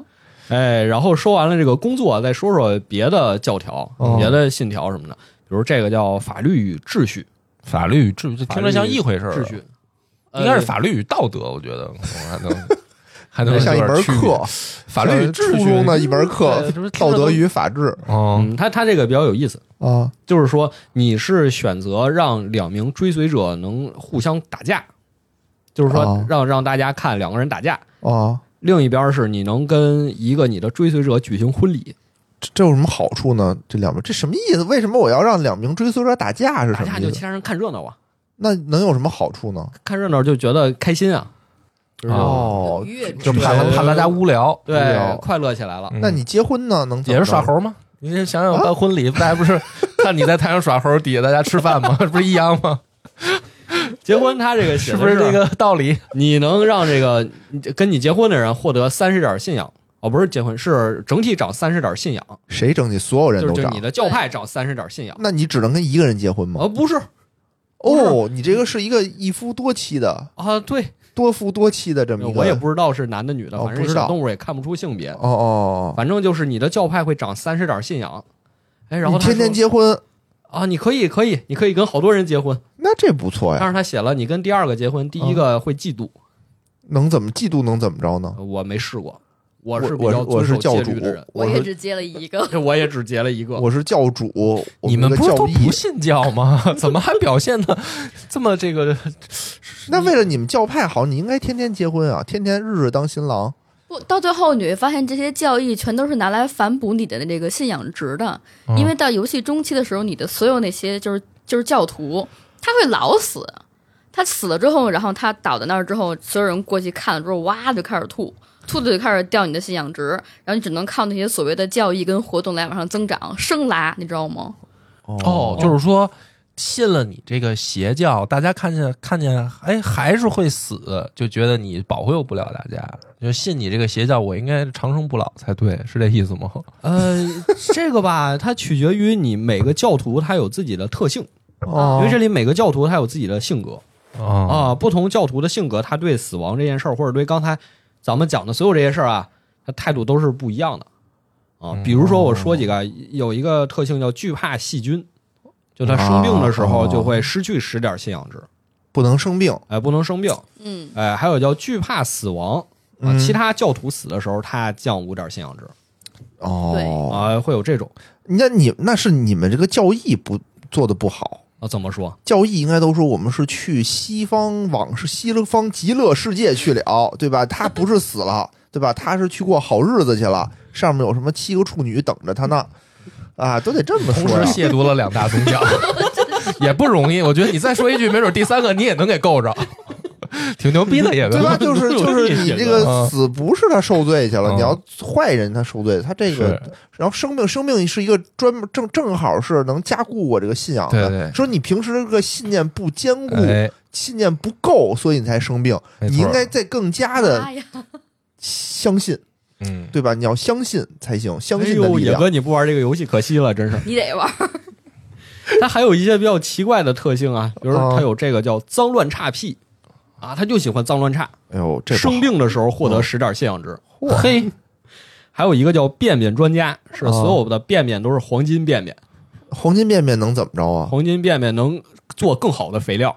哎，然后说完了这个工作，再说说别的教条、 哦、 别的信条什么的，比如这个叫法律与秩序， 法律与秩序听着像一回事儿， 秩序应该是法律与道德，我觉得还能还能像一门课， 法律与秩序初中的一门课，道德与法治。 嗯，他他这个比较有意思啊， 就是说你是选择让两名追随者能互相打架，就是说让让大家看两个人打架啊。 另一边是你能跟一个你的追随者举行婚礼， 这这有什么好处呢？这两边这什么意思？为什么我要让两名追随者打架？是什么意思？ 打架就其他人看热闹啊。 那能有什么好处呢？ 看热闹就觉得开心啊。 哦， 就怕怕大家无聊， 对，快乐起来了。 那你结婚呢？能也是耍猴吗？你想想办婚礼，大家不是看你在台上耍猴，底下大家吃饭吗？不是一样吗？ 结婚他这个是不是这个道理？ 你能让这个跟你结婚的人获得三十点信仰哦，不是结婚，是整体长三十点信仰。 谁整体？所有人都长？ 就是你的教派长三十点信仰。 那你只能跟一个人结婚吗？ 哦，不是。 哦，你这个是一个一夫多妻的啊，对， 多夫多妻的这么一个。 我也不知道是男的女的， 哦、 反正小动物也看不出性别。 哦哦， 反正就是你的教派会长三十点信仰。哎，然后你天天结婚啊？你可以，可以，你可以跟好多人结婚， 那这不错呀。 但是他写了，你跟第二个结婚，第一个会嫉妒， 啊、能怎么嫉妒？能怎么着呢？ 我没试过。我是比较遵守戒律的人， 我也只结了一个， 我也只结了一个。 我是教主， 你们不是都不信教吗？怎么还表现的这么这个？ 那为了你们教派好，你应该天天结婚啊，天天日日当新郎。 不，到最后你会发现，这些教义全都是拿来反哺你的这个信仰值的。嗯、因为到游戏中期的时候，你的所有那些就是就是教徒，他会老死。他死了之后，然后他倒在那儿之后，所有人过去看了之后，哇就开始吐。吐的就开始掉你的信仰值，然后你只能靠那些所谓的教义跟活动来往上增长，生拉，你知道吗？ 哦，就是说信了你这个邪教，大家看见看见，哎，还是会死，就觉得你保佑不了大家，就信你这个邪教，我应该长生不老才对，是这意思吗？ 呃，这个吧，它取决于你每个教徒他有自己的特性， 哦， 因为这里每个教徒他有自己的性格啊、 哦呃，不同教徒的性格，他对死亡这件事儿，或者对刚才咱们讲的所有这些事儿啊，他态度都是不一样的啊。比如说，我说几个，有一个特性叫惧怕细菌，就他生病的时候就会失去十点信仰值， 不能生病， 哎，不能生病， 嗯， 哎，还有叫惧怕死亡啊，其他教徒死的时候他降五点信仰值， 哦， 对啊，会有这种。 那你那是你们这个教义不做的不好。 啊，怎么说？ 教义应该都说我们是去西方往是西方极乐世界去了，对吧？他不是死了，对吧？他是去过好日子去了，上面有什么七个处女等着他呢？啊，都得这么说。 同时亵渎了两大宗教，也不容易。我觉得你再说一句，没准第三个你也能给够着。挺牛逼的也对吧？就是就是你这个死不是他受罪去了， 嗯、 你要坏人他受罪，他这个然后生命生命是一个专门正正好是能加固我这个信仰的。 对对， 说你平时这个信念不坚固， 哎、 信念不够，所以你才生病。你应该再更加的相信， 嗯， 对吧？你要相信才行，相信的力量。 哎、野哥，你不玩这个游戏可惜了，真是。 你得玩。 它还有一些比较奇怪的特性啊，比如说它有这个叫脏乱差癖。啊，他就喜欢脏乱差。 哎呦，这生病的时候获得十点信仰值。 嚯、 嘿，还有一个叫便便专家，是所有的便便都是黄金便便。 黄金便便能怎么着啊？ 黄金便便能做更好的肥料。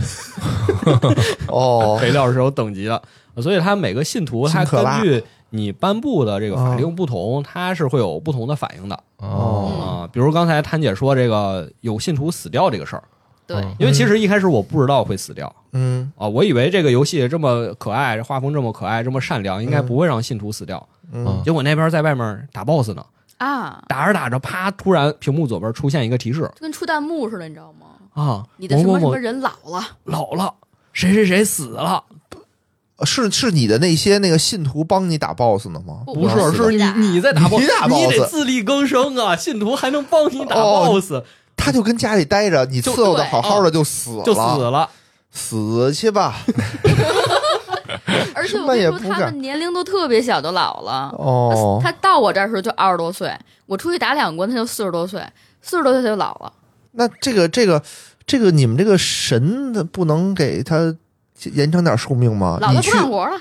哦， 肥料是有等级的，所以他每个信徒他根据你颁布的这个法令不同，他是会有不同的反应的。 哦啊，比如刚才谭姐说这个有信徒死掉这个事儿。 对， 因为其实一开始我不知道会死掉， 嗯啊，我以为这个游戏这么可爱，画风这么可爱，这么善良，应该不会让信徒死掉。 嗯， 结果那边在外面打 boss 呢， 啊， 打着打着，啪，突然屏幕左边出现一个提示， 就跟出弹幕似的，你知道吗？ 啊， 你的什么什么人老了， 老了，谁谁谁死了。 是是你的那些那个信徒帮你打 boss 呢吗？ 不是，是你你在打 boss， 你打 boss， 你得自力更生啊！信徒还能帮你打 boss。 哦，他就跟家里待着，你伺候的好好的就死了， 就死了， 死去吧。 而且我跟你说，他们年龄都特别小，都老了。 哦， 他到我这儿的时候就二十多岁，我出去打两关，他就四十多岁，四十多岁他就老了。 那这个这个这个，你们这个神不能给他延长点寿命吗？ 老了不干活了。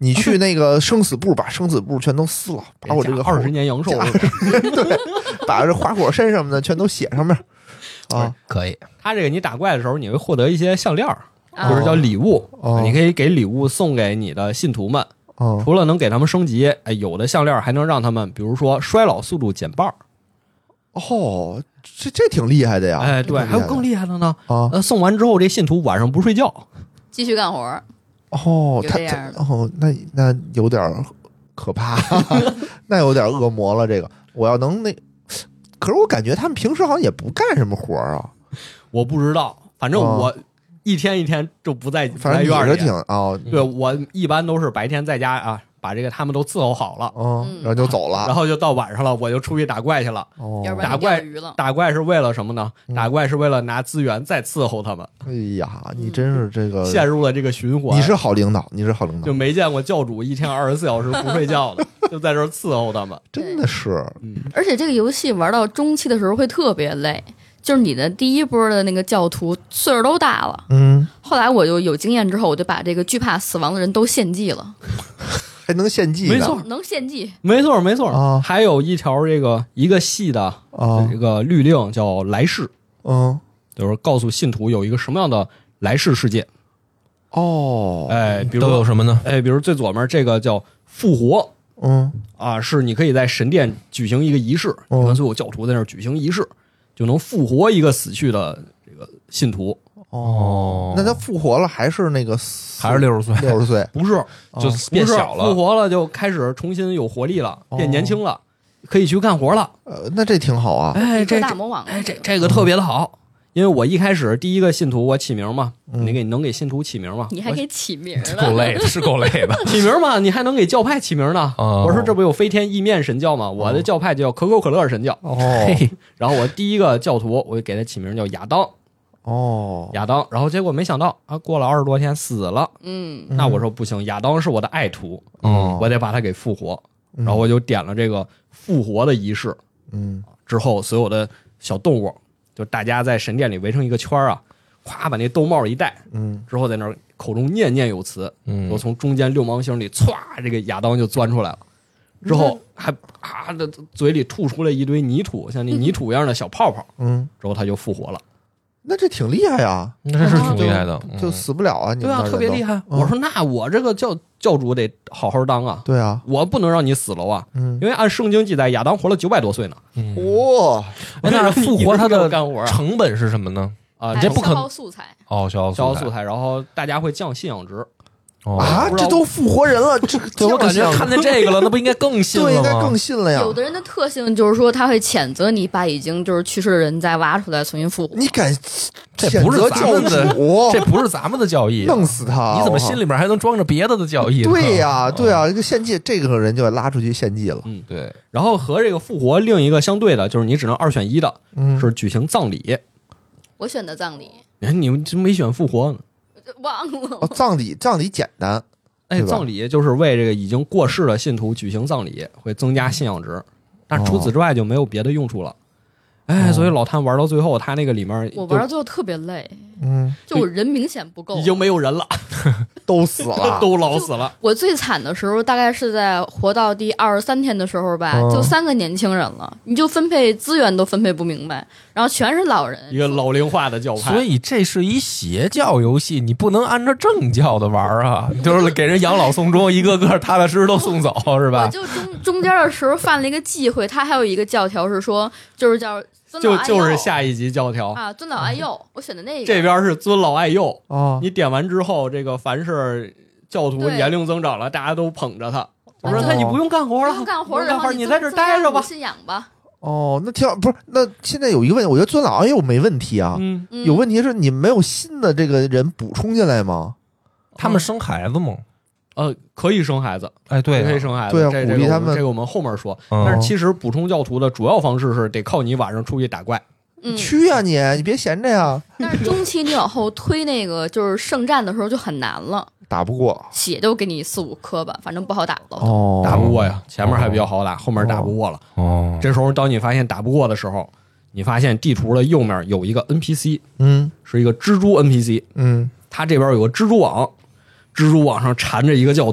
你去那个生死簿把生死簿全都撕了，把我这个二十年阳寿， 对，把这花果山什么的全都写上面啊， 可以。 他这个你打怪的时候，你会获得一些项链， 啊或者叫礼物， 哦你可以给礼物送给你的信徒们。 哦， 除了能给他们升级，哎，有的项链还能让他们，比如说衰老速度减半。 哦，这这挺厉害的呀！ 哎，对，还有更厉害的呢啊！ 呃，送完之后，这信徒晚上不睡觉， 继续干活。 哦，他他哦，那那有点可怕，那有点恶魔了。这个我要能那，可是我感觉他们平时好像也不干什么活啊。 我不知道，反正我一天一天就不在反正院里。 挺哦， 对我一般都是白天在家啊。把这个他们都伺候好了， 嗯，然后就走了， 然后就到晚上了，我就出去打怪去了。 哦， 打怪打怪是为了什么呢？打怪是为了拿资源再伺候他们。 哎呀，你真是这个陷入了这个循环。 你是好领导，你是好领导， 就没见过教主一天二十四小时不睡觉的，就在这伺候他们。 真的是， 嗯。 而且这个游戏玩到中期的时候会特别累，就是你的第一波的那个教徒岁数都大了， 嗯， 后来我就有经验之后，我就把这个惧怕死亡的人都献祭了。 还能献祭， 没错， 能献祭， 没错，没错啊！ 还有一条这个一个系的啊，这个律令叫来世， 嗯， 就是告诉信徒有一个什么样的来世世界。 哦， 哎，比如都有什么呢？ 哎，比如最左面这个叫复活， 嗯啊，是你可以在神殿举行一个仪式，你看所有教徒在那儿举行仪式，就能复活一个死去的这个信徒。 哦，那他复活了还是那个还是六十岁？ 六十岁不是， 就变小了。 复活了就开始重新有活力了，变年轻了，可以去干活了。 呃，那这挺好啊。 哎，这大魔王， 哎，这这个特别的好。因为我一开始第一个信徒我起名嘛，你给能给信徒起名吗？ 你还给起名了， 够累的，是够累的。 起名嘛，你还能给教派起名呢。我说这不有飞天意面神教吗？我的教派就叫可口可乐神教。 哦， 然后我第一个教徒我就给他起名叫亚当。 哦， 亚当，然后结果没想到啊，过了二十多天死了。 嗯， 那我说不行，亚当是我的爱徒， 嗯， 我得把他给复活。然后我就点了这个复活的仪式。 嗯， 之后所有的小动物，就大家在神殿里围成一个圈啊，咵把那兜帽一戴， 嗯， 之后在那儿口中念念有词， 嗯， 我从中间六芒星里歘，这个亚当就钻出来了。之后还啊的嘴里吐出了一堆泥土，像那泥土一样的小泡泡。 嗯， 之后他就复活了。 那这挺厉害呀， 那这是挺厉害的， 就死不了啊！ 对啊，特别厉害。我说那我这个教教主得好好当啊。 对啊， 我不能让你死了啊。 嗯， 因为按圣经记载，亚当活了九百多岁呢。 哇， 那复活他的干活成本是什么呢？ 啊， 这不可能素材哦，消耗消耗素材，然后大家会降信仰值。 啊，这都复活人了，这对我感觉看见这个了，那不应该更信了吗？ 对，应该更信了呀。 有的人的特性就是说，他会谴责你把已经就是去世的人再挖出来重新复活。 你敢？ 这不是咱们的，这不是咱们的教义， 弄死他！ 你怎么心里面还能装着别的的教义？ 对呀，对呀，这个献祭，这个人就要拉出去献祭了。 嗯， 对。 然后和这个复活另一个相对的，就是你只能二选一的，是举行葬礼。 我选的葬礼， 哎，你们没选复活呢？ 忘了。 哦，葬礼，葬礼简单。 哎，葬礼就是为这个已经过世的信徒举行葬礼，会增加信仰值，但除此之外就没有别的用处了。哎，所以老谭玩到最后，他那个里面我玩到最后特别累， 嗯， 就我人明显不够， 已经没有人了， 都死了， 都老死了。 我最惨的时候大概是在活到第二十三天的时候吧， 嗯、 就三个年轻人了，你就分配资源都分配不明白，然后全是老人， 一个老龄化的教派。 所以这是一邪教游戏，你不能按照正教的玩啊，就是给人养老送终，一个个踏踏实实都送走，是吧？ 我就中中间的时候犯了一个忌讳，他还有一个教条是说，就是叫尊老爱幼， 就就是下一集教条啊，尊老爱幼，我选的那个。 这边是尊老爱幼啊， 你点完之后，这个凡是教徒年龄增长了，大家都捧着他。我说他你不用干活了， 不用干活， 干活你在这待着吧， 信仰吧。 哦，那挺好，不是？那现在有一个问题，我觉得尊老爱幼没问题啊。 嗯， 有问题是你们没有新的这个人补充进来吗？ 他们生孩子吗？ 呃，可以生孩子， 哎，对、啊， 可以生孩子， 对啊， 这鼓励他们。 这个我们后面说。嗯、但是其实补充教徒的主要方式是得靠你晚上出去打怪。 嗯， 去啊你，你别闲着呀。 但是中期你往后推那个就是圣战的时候就很难了， 打不过， 血就给你四五颗吧，反正不好打了。 哦， 打不过呀，前面还比较好打，后面打不过了。 哦， 这时候当你发现打不过的时候，你发现地图的右面有一个 N P C， 嗯， 是一个蜘蛛 N P C， 嗯， 它这边有个蜘蛛网，蜘蛛网上缠着一个教徒。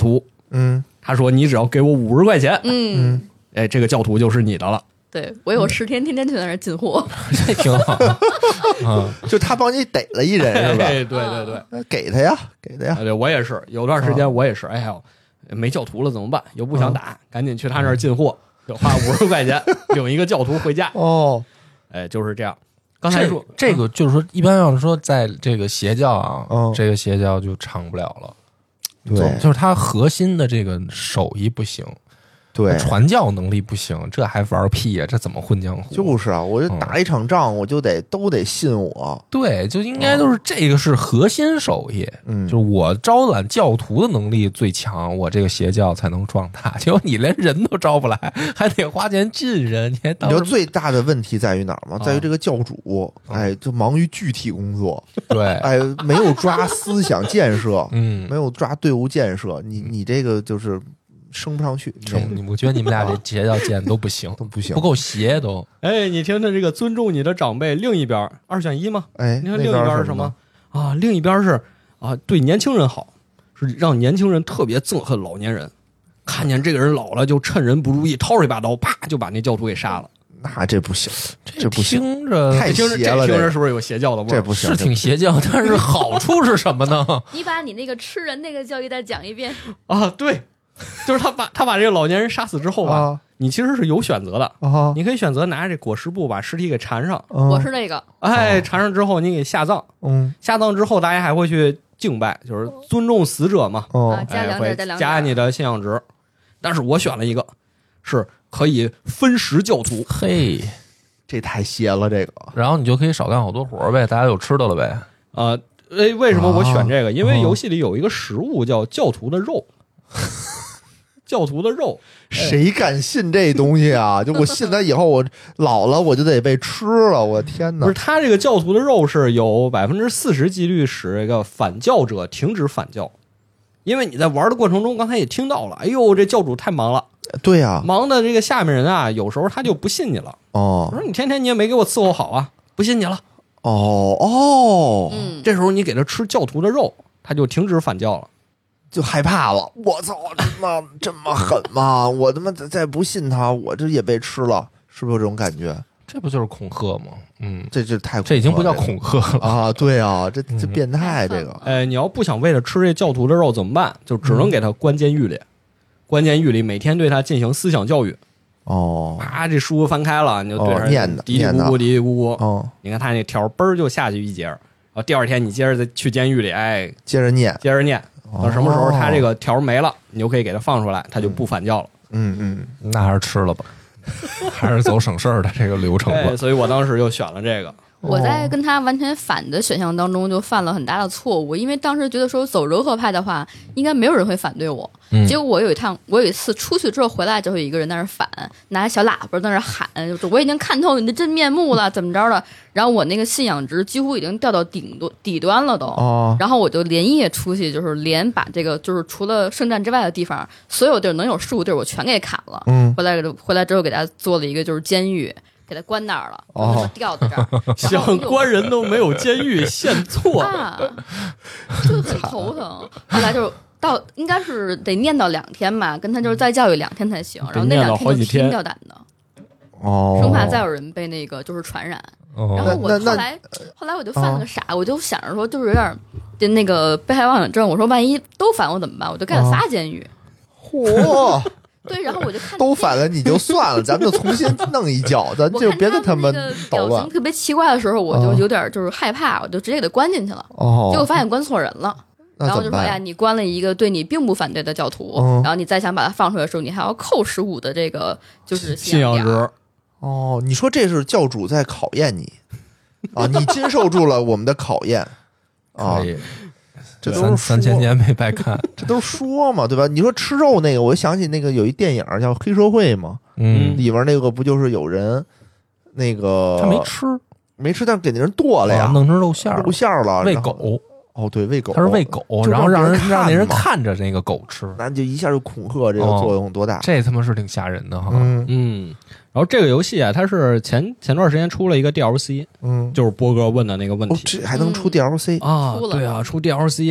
嗯，他说你只要给我五十块钱， 嗯， 哎，这个教徒就是你的了。 对，我有十天天天就在那儿进货， 这挺好。 啊，就他帮你逮了一人是吧？ 对对对对，给他呀，给他呀。 对，我也是，有段时间我也是，哎呀，没教徒了怎么办？又不想打，赶紧去他那儿进货，就花五十块钱领一个教徒回家。 哦， 哎，就是这样。刚才说这个就是说，一般要是说在这个邪教啊， 嗯、 这个邪教就长不了了。 对， 就是它核心的这个手艺不行。 对， 传教能力不行，这还玩屁呀、啊？这怎么混江湖？ 就是啊，我就打一场仗，嗯、我就得都得信我。 对，就应该都是这个是核心手艺。 嗯， 就是我招揽教徒的能力最强，我这个邪教才能壮大。结果你连人都招不来，还得花钱进人，你还当？ 你知道最大的问题在于哪儿吗？啊、在于这个教主，哎，就忙于具体工作。 对， 哎，没有抓思想建设， 嗯， 没有抓队伍建设，你你这个就是。升不上去， 你我觉得你们俩这邪教建都不行， 都不行， 不够邪都。 哎，你听听这个尊重你的长辈，另一边二选一吗？ 哎， 你看另一边是什么啊？另一边是啊，对年轻人好，是让年轻人特别憎恨老年人，看见这个人老了就趁人不注意掏出一把刀，啪就把那教徒给杀了。 那这不行，这不行，听着太邪了， 听着是不是有邪教的味儿？ 这不行， 是挺邪教，但是好处是什么呢？ 你把你那个吃人那个教义再讲一遍啊？对。就是他把他把这个老年人杀死之后吧，啊、你其实是有选择的， 啊、 你可以选择拿这裹尸布把尸体给缠上。 啊、 我是那个， 哎，缠上之后你给下葬， 嗯， 下葬之后大家还会去敬拜，就是尊重死者嘛， 哦， 啊、加两点，加两点， 加你的信仰值。但是我选了一个，是可以分食教徒。 嘿， 这太邪了，这个。 然后你就可以少干好多活呗，大家有吃的了呗。 啊、呃，哎，为什么我选这个？啊、因为游戏里有一个食物叫教徒的肉。教徒的肉， 谁敢信这东西啊？就我信他以后，我老了我就得被吃了。我天哪！ 不是，他这个教徒的肉是有百分之四十几率使这个反教者停止反教，因为你在玩的过程中，刚才也听到了，哎呦，这教主太忙了。 对呀、啊， 忙的这个下面人啊，有时候他就不信你了。 哦， 我说你天天你也没给我伺候好啊，不信你了。 哦哦， 嗯， 这时候你给他吃教徒的肉，他就停止反教了。 就害怕了，我操，他妈这么狠吗？我他妈再不信他，我这也被吃了，是不是有这种感觉？ 这不就是恐吓吗？嗯， 这这太这已经不叫恐吓了啊！对啊，这这变态，这个。 哎，你要不想为了吃这教徒的肉怎么办？就只能给他关监狱里，关监狱里每天对他进行思想教育。 哦， 啪，这书翻开了，你就对着念的， 嘀嘀咕咕，嘀嘀咕咕。 哦， 你看他那条嘣儿就下去一节，然后第二天你接着再去监狱里，哎， 接着念， 接着念。等什么时候他这个条没了，你就可以给他放出来，他就不反教了。 嗯嗯， 那还是吃了吧，还是走省事儿的这个流程吧。 哎，所以我当时就选了这个。 我在跟他完全反的选项当中就犯了很大的错误，因为当时觉得说走柔和派的话，应该没有人会反对我。 嗯、 结果我有一趟，我有一次出去之后回来，就有一个人在那反，拿小喇叭在那喊，就是我已经看透你的真面目了，怎么着的？然后我那个信仰值几乎已经掉到顶端底端了都。 哦、 然后我就连夜出去，就是连把这个就是除了圣战之外的地方，所有地儿能有事故地儿我全给砍了。 嗯， 回来回来之后给他做了一个就是监狱。给他关那儿了， 哦、 就吊在这儿。 想关人都没有监狱，现做啊，就很头疼。后来就到应该是得念叨两天吧，跟他就是再教育两天才行。然后那两天就提心吊胆的， 哦， 生怕再有人被那个就是传染。 哦、 然后我后来后来我就犯了个傻，哦、我就想着说就是有点就那个被害妄想症，我说万一都反我怎么办？我就给他仨监狱。 嚯、 哦！对，然后我就看都反了你就算了，咱们就重新弄一脚，咱就别跟他们捣乱。 表情特别奇怪的时候，我就有点就是害怕，我就直接给他关进去了。 哦， 结果发现关错人了，然后就说：“哎呀，你关了一个对你并不反对的教徒， 嗯、 然后你再想把他放出来的时候，你还要扣十五的这个就是信仰值。” 哦，你说这是教主在考验你啊？你经受住了我们的考验啊！这都是三千年没白看， 这都是说嘛，对吧？你说吃肉那个，我想起那个有一电影叫《黑社会》嘛， 嗯， 里面那个不就是有人那个他没吃， 没吃，但是给那人剁了呀， 啊、弄成肉馅儿， 肉馅儿了， 喂狗。 哦，对，喂狗， 他是喂狗，然后让人让那人看着那个狗吃， 那就一下就恐吓，这个作用多大？ 哦、这他妈是挺吓人的哈。 嗯嗯，然后这个游戏啊，它是前前段时间出了一个 D L C， 嗯， 就是波哥问的那个问题， 哦、这还能出 D L C、 嗯、啊？对啊，出 D L C。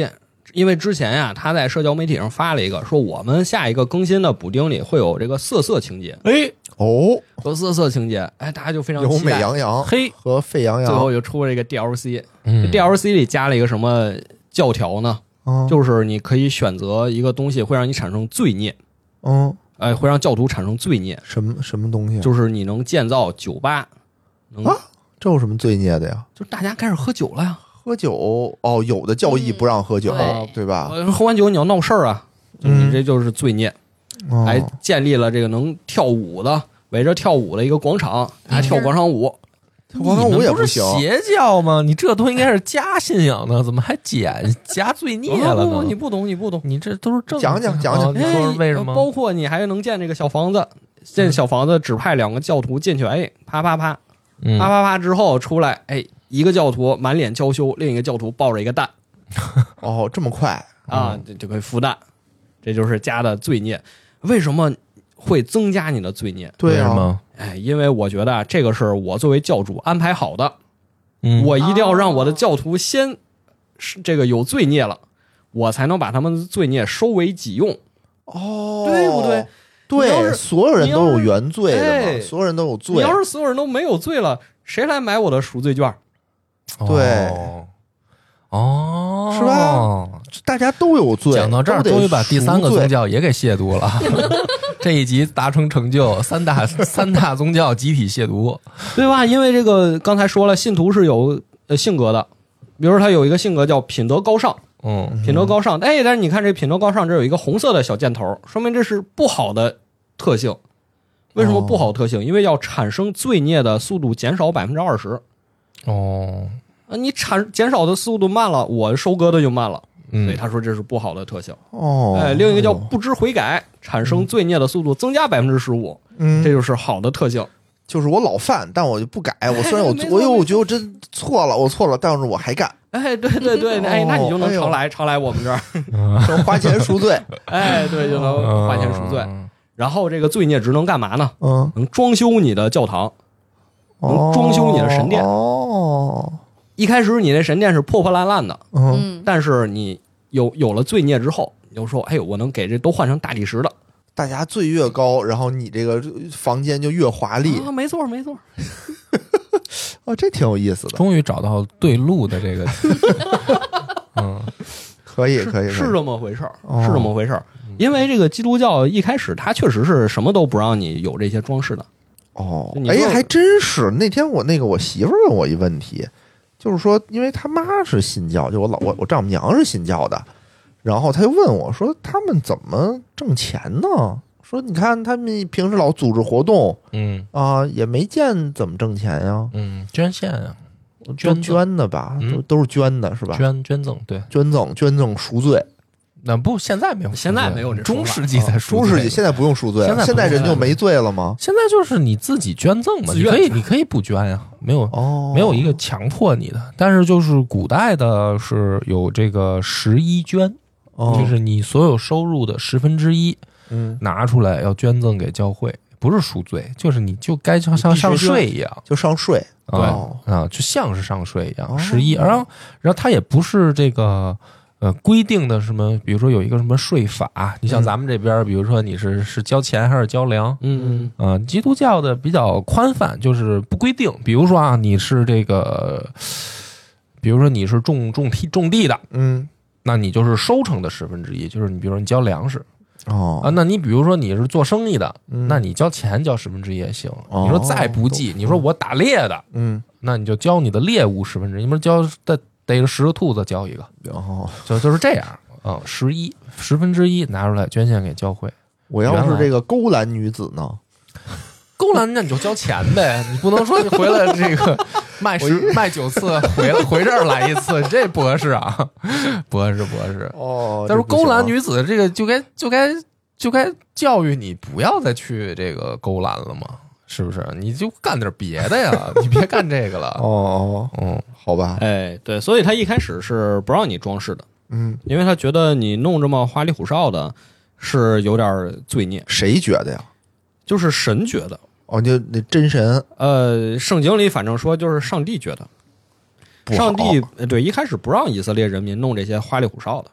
因为之前呀、啊，他在社交媒体上发了一个，说我们下一个更新的补丁里会有这个色色情节， 哎哦， 有色色情节，哎，大家就非常有期待美羊羊嘿和沸羊羊， 最后就出了这个 D L C， 嗯这 D L C 里加了一个什么教条呢？ 嗯、 就是你可以选择一个东西会让你产生罪孽， 嗯， 哎，会让教徒产生罪孽， 什么什么东西、啊？ 就是你能建造酒吧，能啊，这有什么罪孽的呀？ 就是大家开始喝酒了呀。 喝酒哦，有的教义不让喝酒， 嗯、 对, 对吧？ 呃喝完酒你要闹事儿啊，就你这就是罪孽。 嗯、 还建立了这个能跳舞的，围着跳舞的一个广场，大家跳广场舞。 跳广场舞也不是行， 邪教吗？你这都应该是加信仰的，怎么还减加罪孽了呢？ 哦、你不懂，你不懂， 你这都是正讲讲讲讲， 你说为什么？ 包括你还能建这个小房子，建小房子只派两个教徒进去，哎，啪啪啪， 嗯、 啪啪啪之后出来，哎。一个教徒满脸娇羞，另一个教徒抱着一个蛋， 哦，这么快啊，就就可以孵蛋，这就是加的罪孽。为什么会增加你的罪孽？ 对啊， 哎，因为我觉得这个是我作为教主安排好的， 嗯， 我一定要让我的教徒先这个有罪孽了，我才能把他们的罪孽收为己用。 哦， 对不对？ 对，所有人都有原罪的嘛， 哎、 所有人都有罪。 你要是所有人都没有罪了，谁来买我的赎罪券？ 对， 哦， 是吧？大家都有罪。 讲到这儿，终于把第三个宗教也给亵渎了。这一集达成成就，三大三大宗教集体亵渎， 对吧？因为这个刚才说了，信徒是有呃性格的，比如说他有一个性格叫品德高尚， 嗯， 品德高尚。哎，但是你看这品德高尚，这有一个红色的小箭头，说明这是不好的特性。为什么不好特性？因为要产生罪孽的速度减少百分之二十。 哦， 你产减少的速度慢了，我收割的就慢了， 嗯、 所以他说这是不好的特性。 哦， 哎，另一个叫不知悔改，产生罪孽的速度增加百分之十五， 嗯， 这就是好的特性。 就是我老犯，但我就不改。我虽然我我又我觉得我真错了，我错了，但是我还干。 哎，对对对，哎，那你就能常来、哎、常来我们这儿， 能花钱赎罪。 哎，对，就能花钱赎罪。然后这个罪孽值能干嘛呢？ 嗯， 能装修你的教堂。能装修你的神殿哦。 一开始你那神殿是破破烂烂的， 嗯， 但是你有有了罪孽之后，你就说，哎，我能给这都换成大理石的。 大家罪越高，然后你这个房间就越华丽。 啊，没错没错。 哦，这挺有意思的。 终于找到对路的这个，嗯， 可以可以， 是这么回事儿， 哦、 是这么回事儿。因为这个基督教一开始它确实是什么都不让你有这些装饰的。 哦，哎，还真是。那天我那个我媳妇问我一问题，就是说，因为他妈是信教，就我老我我丈母娘是信教的，然后他就问我说，他们怎么挣钱呢？说你看他们平时老组织活动， 嗯啊、呃，也没见怎么挣钱呀。 嗯，捐献呀、 啊，捐捐的吧， 嗯、 都都是捐的，是吧？ 捐捐赠，对， 捐赠捐赠赎罪。 那不，现在没有， 现在没有这中世纪才赎罪、 啊，中世纪现在不用赎罪， 现在现在人就没罪了吗？ 现在就是你自己捐赠嘛，你可以你可以不捐呀，没有哦， 没有一个强迫你的。但是就是古代的是有这个十一捐， 哦、 就是你所有收入的十分之一， 嗯， 拿出来要捐赠给教会，不是赎罪，就是你就该像像上税一样， 就上税， 对啊、 哦， 就像是上税一样，十一、哦，然后然后它也不是这个。呃，规定的什么，比如说有一个什么税法，你像咱们这边，比如说你是是交钱还是交粮， 嗯嗯，呃，基督教的比较宽泛，就是不规定。比如说啊，你是这个，比如说你是种种地种地的， 嗯， 那你就是收成的十分之一，就是你比如说你交粮食， 哦啊，那你比如说你是做生意的， 嗯、 那你交钱交十分之一也行。 哦、 你说再不济，你说我打猎的， 嗯， 那你就交你的猎物十分之一，你不是交的。逮着十个兔子交一个， 哦， 就就是这样啊、嗯，十一十分之一拿出来捐献给教会。 我要是这个勾栏女子呢？ 勾栏那你就交钱呗，你不能说你回来这个卖十卖九次，回来回这儿来一次，这不合适啊，不合适不合适。 哦， 但是勾栏女子这个就该就该就该教育你不要再去这个勾栏了嘛。是不是？你就干点别的呀，你别干这个了。 哦，嗯，好吧。 哎，对，所以他一开始是不让你装饰的， 嗯， 因为他觉得你弄这么花里胡哨的，是有点罪孽。 谁觉得呀？ 就是神觉得。 哦，就那真神。 呃，圣经里反正说就是上帝觉得，上帝对一开始不让以色列人民弄这些花里胡哨的。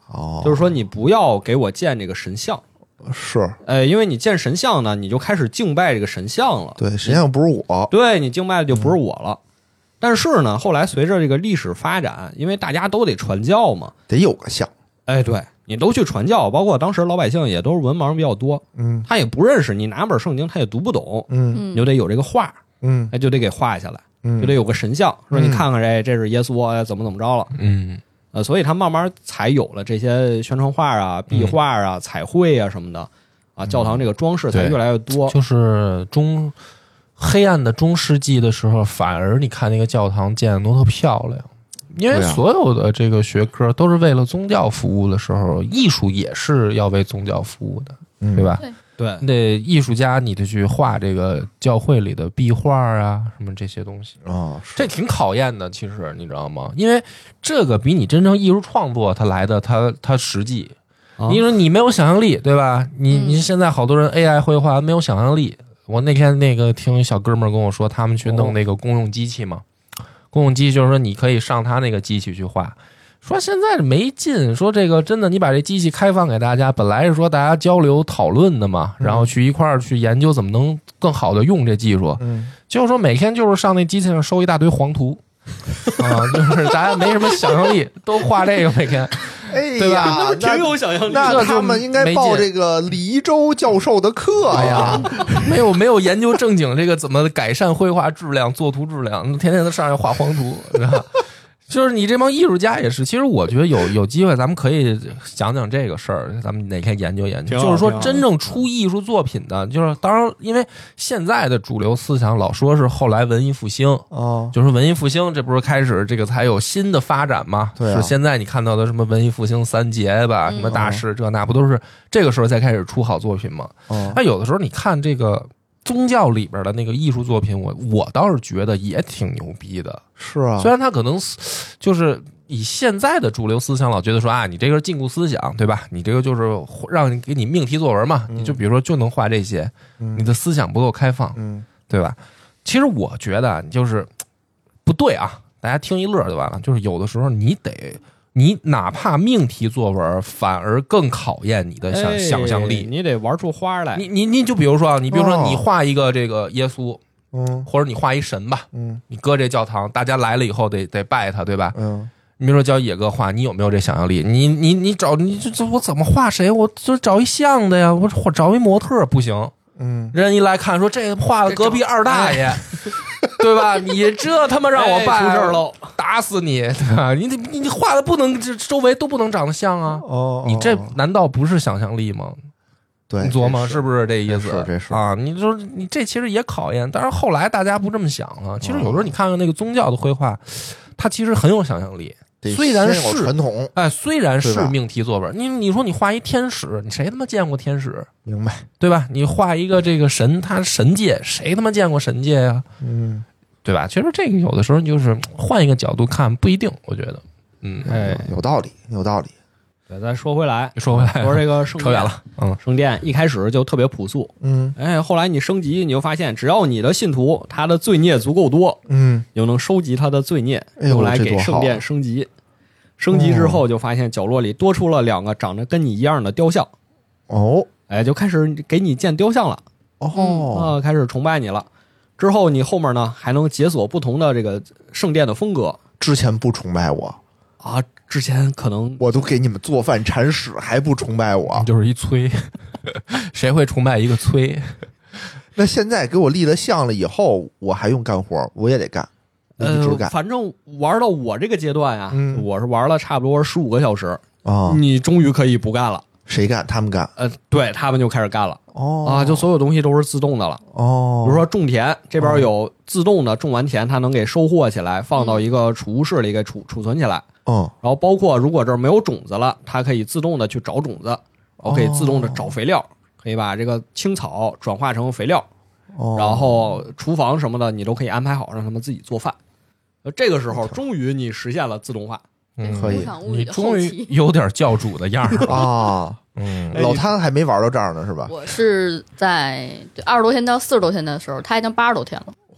哦， 就是说你不要给我建这个神像。 是， 呃，因为你建神像呢，你就开始敬拜这个神像了。 对，神像不是我， 对你敬拜的就不是我了。嗯、但是呢，后来随着这个历史发展，因为大家都得传教嘛， 得有个像。 哎，对，你都去传教，包括当时老百姓也都是文盲比较多， 嗯， 他也不认识，你拿本圣经他也读不懂， 嗯， 你就得有这个画， 嗯， 哎，就得给画下来， 嗯， 就得有个神像，说你看看这这是耶稣，哎，怎么怎么着了， 嗯。 呃，所以他慢慢才有了这些宣传画啊、壁画啊、嗯、彩绘啊什么的，啊，教堂这个装饰才越来越多。 就是中黑暗的中世纪的时候，反而你看那个教堂建的都特漂亮，因为所有的这个学科都是为了宗教服务的时候，艺术也是要为宗教服务的， 嗯、 对吧？ 对。 对， 你得艺术家，你得去画这个教会里的壁画啊，什么这些东西啊、哦， 这挺考验的。其实你知道吗？因为这个比你真正艺术创作它来的，它它实际。 啊、 你说你没有想象力，对吧？你你现在好多人 A I 绘画没有想象力。我那天那个听小哥们跟我说，他们去弄那个公用机器嘛，哦、公用机就是说你可以上他那个机器去画。说现在没劲，说这个真的，你把这机器开放给大家，本来是说大家交流讨论的嘛，然后去一块儿去研究怎么能更好的用这技术， 嗯， 就是说每天就是上那机器上收一大堆黄图，啊，就是大家没什么想象力，都画这个每天， 哎， 对吧？ 挺有想象力， 那他们应该报这个黎州教授的课呀， 没有没有研究正经这个怎么改善绘画质量、作图质量，天天在上面画黄图，是吧？就是你这帮艺术家也是，其实我觉得有有机会，咱们可以讲讲这个事儿，咱们哪天研究研究。就是说，真正出艺术作品的，就是当然，因为现在的主流思想老说是后来文艺复兴， 哦， 就是文艺复兴，这不是开始这个才有新的发展吗？ 对、啊， 是现在你看到的什么文艺复兴三杰吧，什么大师这那不都是这个时候才开始出好作品吗？ 哦， 那有的时候你看这个。宗教里边的那个艺术作品，我我倒是觉得也挺牛逼的。 是啊， 虽然他可能就是以现在的主流思想老觉得说啊，你这个是禁锢思想，对吧？你这个就是让你给你命题作文嘛， 嗯、 你就比如说就能画这些， 嗯、 你的思想不够开放， 嗯， 对吧？其实我觉得你就是不对啊，大家听一乐就完了。就是有的时候你得。你哪怕命题作文，反而更考验你的想、哎、想象力。 你得玩出花来。 你你你就比如说，你比如说你画一个这个耶稣， 嗯， 或者你画一神吧， 嗯， 你搁这教堂，大家来了以后得得拜他，对吧？ 嗯， 你比如说教野哥画，你有没有这想象力？你你你找你这这我怎么画谁？我就找一像的呀，我找一模特不行。 嗯， 人一来看说这画的隔壁二大爷。对吧？你这他妈让我拜、 哎、出事喽， 打死你！对吧？你你你画的不能，这周围都不能长得像啊！ 哦， 你这难道不是想象力吗？ 对， 你琢磨是不是这意思？ 是这是啊！你说你这其实也考验，但是后来大家不这么想了。其实有时候你看看那个宗教的绘画，它其实很有想象力。虽然是传统， 哎，虽然是命题作文，你你说你画一天使，你谁他妈见过天使？ 明白， 对吧？你画一个这个神，他神界，谁他妈见过神界呀？ 嗯， 对吧？其实这个有的时候就是换一个角度看，不一定，我觉得，嗯， 哎，有道理，有道理。 对，咱说回来， 说回来， 说这个圣殿扯远了，嗯， 圣殿一开始就特别朴素， 嗯， 哎，后来你升级，你就发现，只要你的信徒他的罪孽足够多， 嗯， 就能收集他的罪孽， 哎、 用来给圣殿升级。升级之后，就发现角落里多出了两个长得跟你一样的雕像， 哦， 哎，就开始给你建雕像了， 哦， 啊，开始崇拜你了。之后你后面呢还能解锁不同的这个圣殿的风格。 之前不崇拜我啊，之前可能我都给你们做饭铲屎还不崇拜我， 就是一催，谁会崇拜一个催？ 那现在给我立了像了以后，我还用干活，我也得干，一直干。 呃、反正玩到我这个阶段啊， 嗯、 我是玩了差不多十五个小时啊， 你终于可以不干了。 谁干？他们干。 呃，对他们就开始干了。 哦啊，就所有东西都是自动的了。 哦， 比如说种田，这边有自动的种完田，它能给收获起来，放到一个储物室里给储储存起来。 嗯， 然后包括如果这儿没有种子了，它可以自动的去找种子，然后可以自动的找肥料，可以把这个青草转化成肥料。 哦， 然后厨房什么的你都可以安排好，让他们自己做饭。这个时候，终于你实现了自动化。 嗯， 可以， 你终于有点教主的样儿啊。 嗯， 老谭还没玩到这儿呢，是吧？ 我是在二十多天到四十多天的时候，他已经八十多天了。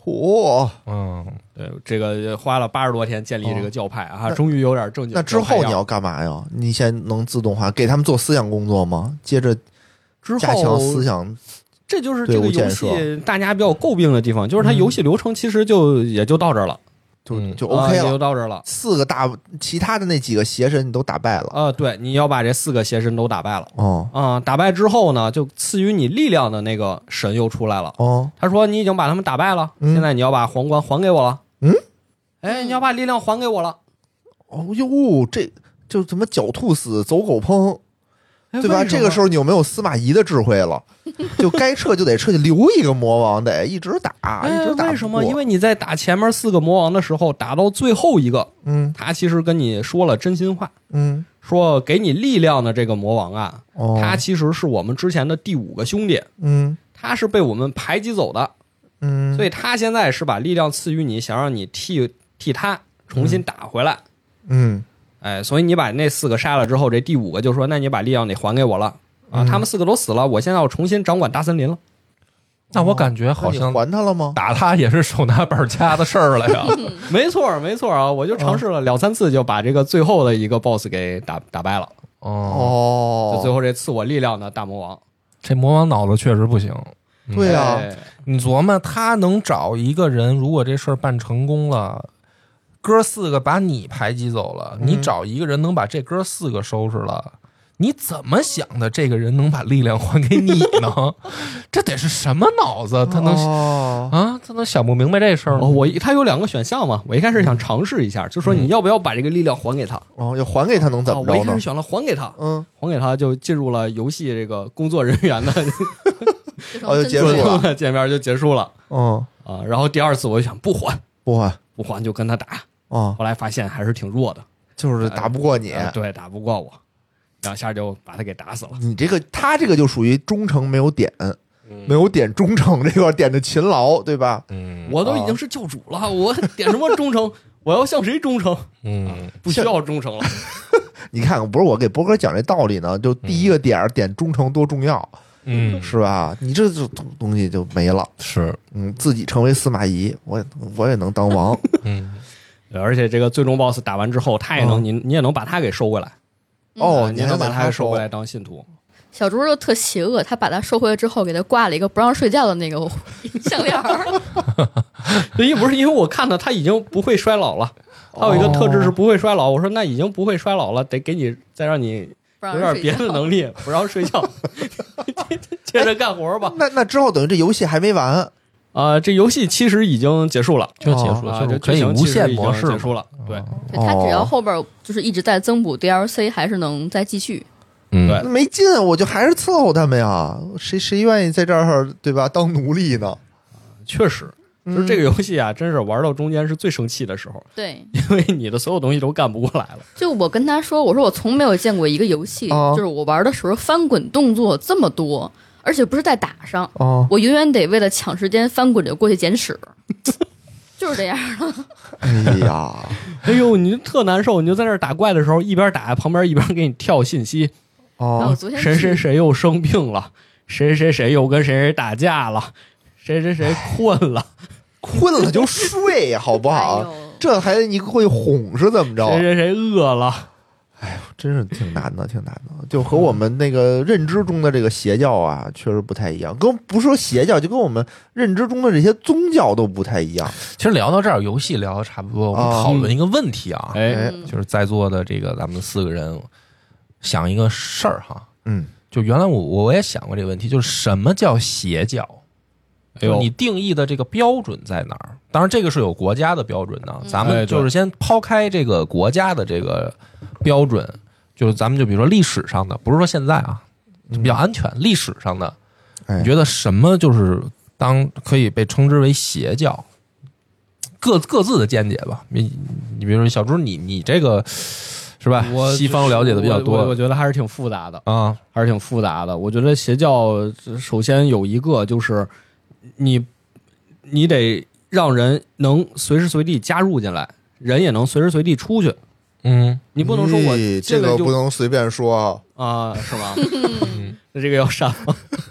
嚯， 嗯， 对，这个花了八十多天建立这个教派啊，终于有点正经。 那之后你要干嘛呀？你先能自动化，给他们做思想工作吗？接着加强思想。 这就是这个游戏大家比较诟病的地方，就是它游戏流程其实就也就到这儿了。 就就 OK 了， 啊、就到这儿了。 四个大，其他的那几个邪神你都打败了啊、呃！对，你要把这四个邪神都打败了。 哦， 啊、呃，打败之后呢，就赐予你力量的那个神又出来了。 哦， 他说你已经把他们打败了， 嗯、 现在你要把皇冠还给我了。 嗯， 哎，你要把力量还给我了。 哦哟，这就怎么狡兔死，走狗烹。对吧？这个时候你有没有司马懿的智慧了？就该撤就得撤，就留一个魔王，得一直打， 哎、 一直打。 为什么？因为你在打前面四个魔王的时候，打到最后一个， 嗯， 他其实跟你说了真心话， 嗯， 说给你力量的这个魔王啊， 哦、 他其实是我们之前的第五个兄弟， 嗯， 他是被我们排挤走的， 嗯， 所以他现在是把力量赐予你，想让你替替他重新打回来， 嗯。 哎，所以你把那四个杀了之后，这第五个就说：“那你把力量得还给我了啊！” 嗯、 他们四个都死了，我现在要重新掌管大森林了。 那我感觉好像还他了吗？ 打他也是手拿板掐的事儿了呀。 没错，没错啊！我就尝试了两三次，就把这个最后的一个 boss 给打打败了。 哦， 就最后这赐我力量的大魔王， 这魔王脑子确实不行。 对呀、啊哎， 你琢磨，他能找一个人，如果这事儿办成功了。哥四个把你排挤走了， 嗯、 你找一个人能把这哥四个收拾了，你怎么想的？这个人能把力量还给你呢？这得是什么脑子？他能、 哦、 啊？他能想不明白这事儿、 哦？我他有两个选项嘛，我一开始想尝试一下，就说你要不要把这个力量还给他？ 哦，要还给他能怎么着呢？ 哦、我一开始选了还给他， 嗯， 还给他就进入了游戏这个工作人员的， 哦，就结束了， 见面就结束了。 嗯啊，然后第二次我就想不还， 不还， 不还就跟他打。 哦， 后来发现还是挺弱的， 就是打不过你， 呃、对，打不过我，两下就把他给打死了。 你这个，他这个就属于忠诚没有点，嗯、没有点忠诚这块点的勤劳，对吧？ 嗯， 我都已经是教主了，哦、我点什么忠诚？我要向谁忠诚？ 嗯、啊， 不需要忠诚了。 你看，不是我给波哥讲这道理呢，就第一个点、嗯、点忠诚多重要， 嗯， 是吧？你这这东西就没了， 是， 嗯，自己成为司马懿，我也我也能当王， 嗯。 而且这个最终 boss 打完之后，他也能、哦、你你也能把他给收回来， 哦， 你也能把他给收回来当信徒。 小猪就特邪恶，他把他收回来之后，给他挂了一个不让睡觉的那个项链儿。 对，不是因为我看到他已经不会衰老了，他有一个特质是不会衰老。我说那已经不会衰老了，得给你再让你有点别的能力，不让睡觉，接着干活吧。 那那之后等于这游戏还没完。 啊、呃，这游戏其实已经结束了， 就结束了， 就可以无限模式结束了。对， 对，他只要后边就是一直在增补 D L C， 还是能再继续。 嗯， 对， 没劲，我就还是伺候他们呀，谁谁愿意在这儿对吧当奴隶呢？ 确实，就是这个游戏啊，真是玩到中间是最生气的时候。 对， 因为你的所有东西都干不过来了。 就我跟他说，我说我从没有见过一个游戏， 哦、 就是我玩的时候翻滚动作这么多。而且不是在打上， 哦、 我永远得为了抢时间翻滚着过去捡屎，就是这样的。 哎呀， 哎呦，你特难受！你就在那儿打怪的时候，一边打旁边一边给你跳信息。 哦， 谁谁谁又生病了，谁谁谁又跟谁谁打架了，谁谁谁困了， 困了就睡，好不好？哎、这还你会哄是怎么着？ 谁谁谁饿了。 哎呦，真是挺难的，挺难的，就和我们那个认知中的这个邪教啊，确实不太一样。跟不是说邪教，就跟我们认知中的这些宗教都不太一样。 其实聊到这儿，游戏聊的差不多，我们讨论一个问题啊， 哎、 嗯，就是在座的这个咱们四个人想一个事儿哈， 嗯， 就原来我我也想过这个问题，就是什么叫邪教？就是你定义的这个标准在哪儿？当然，这个是有国家的标准的。咱们就是先抛开这个国家的这个标准，就是咱们就比如说历史上的，不是说现在啊，比较安全。历史上的，你觉得什么就是当可以被称之为邪教？各各自的见解吧。你你比如说小朱，你你这个是吧？ 我西方了解的比较多， 我, 我, 我觉得还是挺复杂的啊， 还是挺复杂的。我觉得邪教首先有一个就是你你得让人能随时随地加入进来，人也能随时随地出去。 嗯， 你不能说我这个不能随便说啊，是吗？那这个要删吗？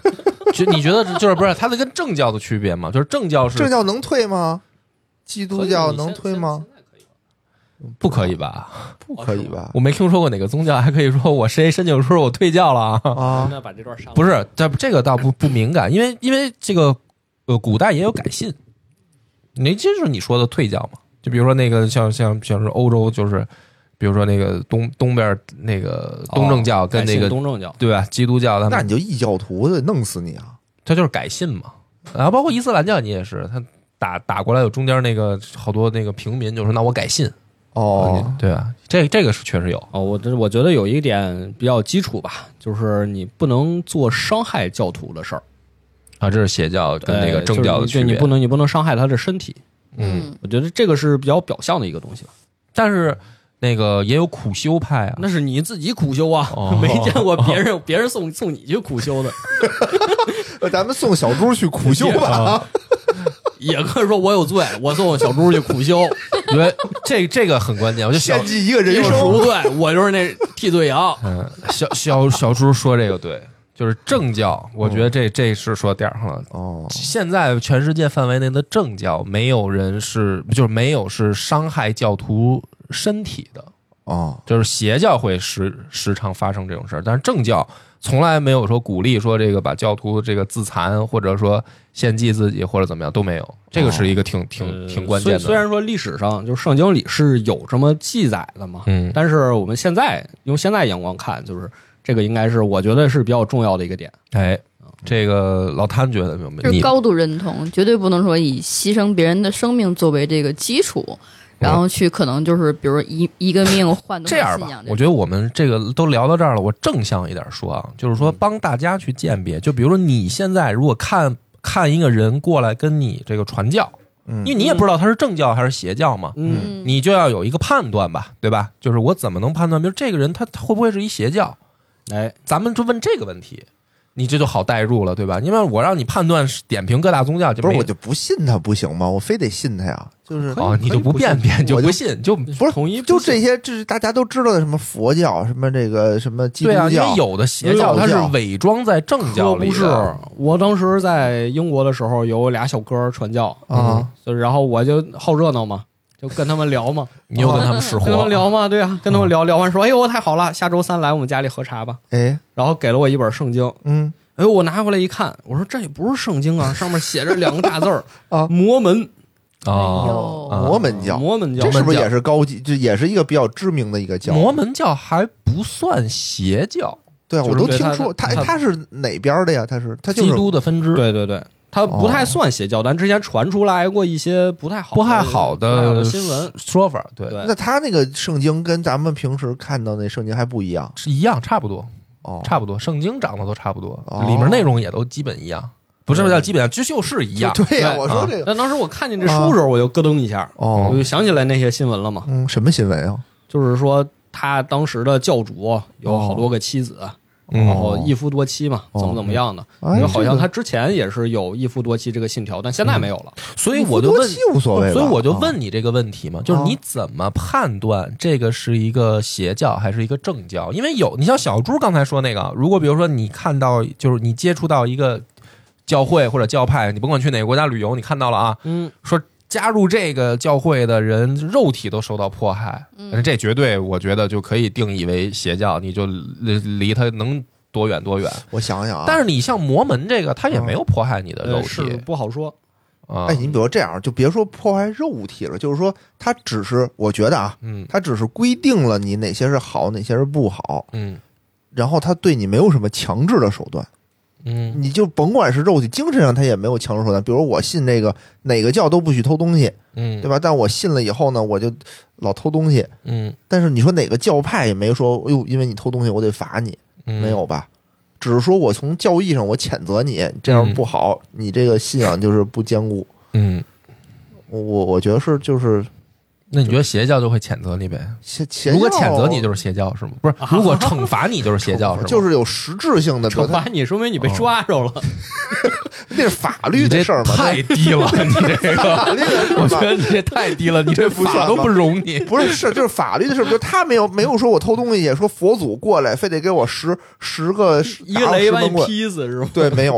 就你觉得就是不是它的跟正教的区别吗？就是正教是正教能退吗？基督教能退吗？ 不可以吧？ 不可以吧？ 我没听说过哪个宗教还可以说我谁申请说我退教了啊？ 啊， 那把这段删了。 不是，这这个倒不不敏感，因为因为这个呃古代也有改信，你这就是你说的退教嘛？就比如说那个像像像是欧洲，就是比如说那个东东边那个东正教跟那个、 哦、东正教对吧？基督教， 那你就异教徒得弄死你啊！ 他就是改信嘛，然后包括伊斯兰教你也是，他打打过来有中间那个好多那个平民就说那我改信。 哦， 对啊，这这个是确实有哦。我我觉得有一点比较基础吧，就是你不能做伤害教徒的事儿啊，这是邪教跟那个正教的区别。 对，你不能你不能伤害他的身体。 嗯， 我觉得这个是比较表象的一个东西吧。 但是那个也有苦修派啊， 那是你自己苦修啊，哦、没见过别人别人送送你去苦修的。 咱们送小猪去苦修吧。 也可以说我有罪，我送小猪去苦修。 因为这这个很关键，我就献祭一个人生赎罪，我就是那替罪羊。 嗯，小小小猪说这个对，就是正教，我觉得这、嗯、这是说点上了。 哦， 现在全世界范围内的正教，没有人是就是没有是伤害教徒身体的。 哦， 就是邪教会时时常发生这种事儿，但是正教从来没有说鼓励说这个把教徒这个自残，或者说献祭自己或者怎么样都没有，这个是一个挺、哦、挺挺关键的。 虽然说历史上就是圣经里是有这么记载的嘛， 嗯， 但是我们现在用现在眼光看，就是这个应该是我觉得是比较重要的一个点。 哎，这个老谭觉得没有？ 这是高度认同，绝对不能说以牺牲别人的生命作为这个基础。然后去可能就是比如一一个命换这样吧，我觉得我们这个都聊到这儿了，我正向一点说啊，就是说帮大家去鉴别，就比如说你现在如果看看一个人过来跟你这个传教，嗯，因为你也不知道他是正教还是邪教嘛， 嗯， 你就要有一个判断吧，对吧？就是我怎么能判断，比如这个人他会不会是一邪教？ 哎，咱们就问这个问题。你这就好代入了，对吧？因为我让你判断点评各大宗教，就不是我就不信他不行吗？我非得信他呀，就是哦，你就不辨别就不信，就不是统一， 就这些，这是大家都知道的什么佛教，什么这个什么基督教， 对啊，因为有的邪教它是伪装在正教里的。 不是，我当时在英国的时候有俩小哥传教啊， 嗯，然后我就好热闹嘛。就跟他们聊嘛， 你又跟他们使活， 跟他们聊嘛，对啊，跟他们聊聊完说，哎呦，太好了，下周三来我们家里喝茶吧。 哎， 然后给了我一本圣经， 嗯， 哎呦，我拿回来一看，我说这也不是圣经啊，上面写着两个大字儿啊， 摩门。 哦， 摩门教， 摩门教， 这是不是也是高级？这也是一个比较知名的一个教。 摩门教还不算邪教， 对啊，我都听说他他是哪边的呀？他是他就是基督的分支， 对对对。它不太算邪教，但之前传出来过一些不太好、 不太好的新闻说法。对， 那他那个圣经跟咱们平时看到那圣经还不一样， 是一样，差不多， 哦， 差不多，圣经长得都差不多，里面内容也都基本一样，不是叫基本上，就就是一样。 对呀，我说这个。 但当时我看见这书时候，我就咯噔一下， 哦， 我就想起来那些新闻了嘛。 嗯，什么新闻啊？ 就是说他当时的教主有好多个妻子。然后一夫多妻嘛， 哦、 怎么怎么样的？ 哦、 因为好像他之前也是有一夫多妻这个信条，但现在没有了。 嗯、所以我就问， 无所谓， 所以我就问你这个问题嘛，就是你怎么判断这个是一个邪教还是一个正教？因为有你像小猪刚才说那个，如果比如说你看到，就是你接触到一个教会或者教派，你甭管去哪个国家旅游，你看到了啊， 嗯， 说。加入这个教会的人，肉体都受到迫害，嗯、这绝对我觉得就可以定义为邪教，你就离离他能多远多远。 我想想啊， 但是你像摩门这个，他也没有迫害你的肉体， 是不好说啊。 哎，你比如这样，就别说破坏肉体了，就是说他只是，我觉得啊， 嗯， 他只是规定了你哪些是好，哪些是不好， 嗯， 然后他对你没有什么强制的手段。 嗯， 你就甭管是肉体、精神上，他也没有强制手段。比如我信这个哪个教都不许偷东西， 嗯， 对吧？但我信了以后呢，我就老偷东西， 嗯。 但是你说哪个教派也没说，哎呦，因为你偷东西我得罚你， 嗯、 没有吧？只是说我从教义上我谴责你，这样不好，嗯、你这个信仰就是不坚固。 嗯， 我我觉得是就是。 那你觉得邪教就会谴责你呗？ 邪邪如果谴责你就是邪教是吗？不是，如果惩罚你就是邪教是吗？ 就是有实质性的惩罚你，说明你被抓着了。 那是法律的事儿吗？ 太低了，你这个，我觉得你这太低了，你这法都不容你。 不是，是就是法律的事儿，就他没有没有说我偷东西，也说佛祖过来非得给我十十个一个雷把你劈死是吧？ 对，没有吧？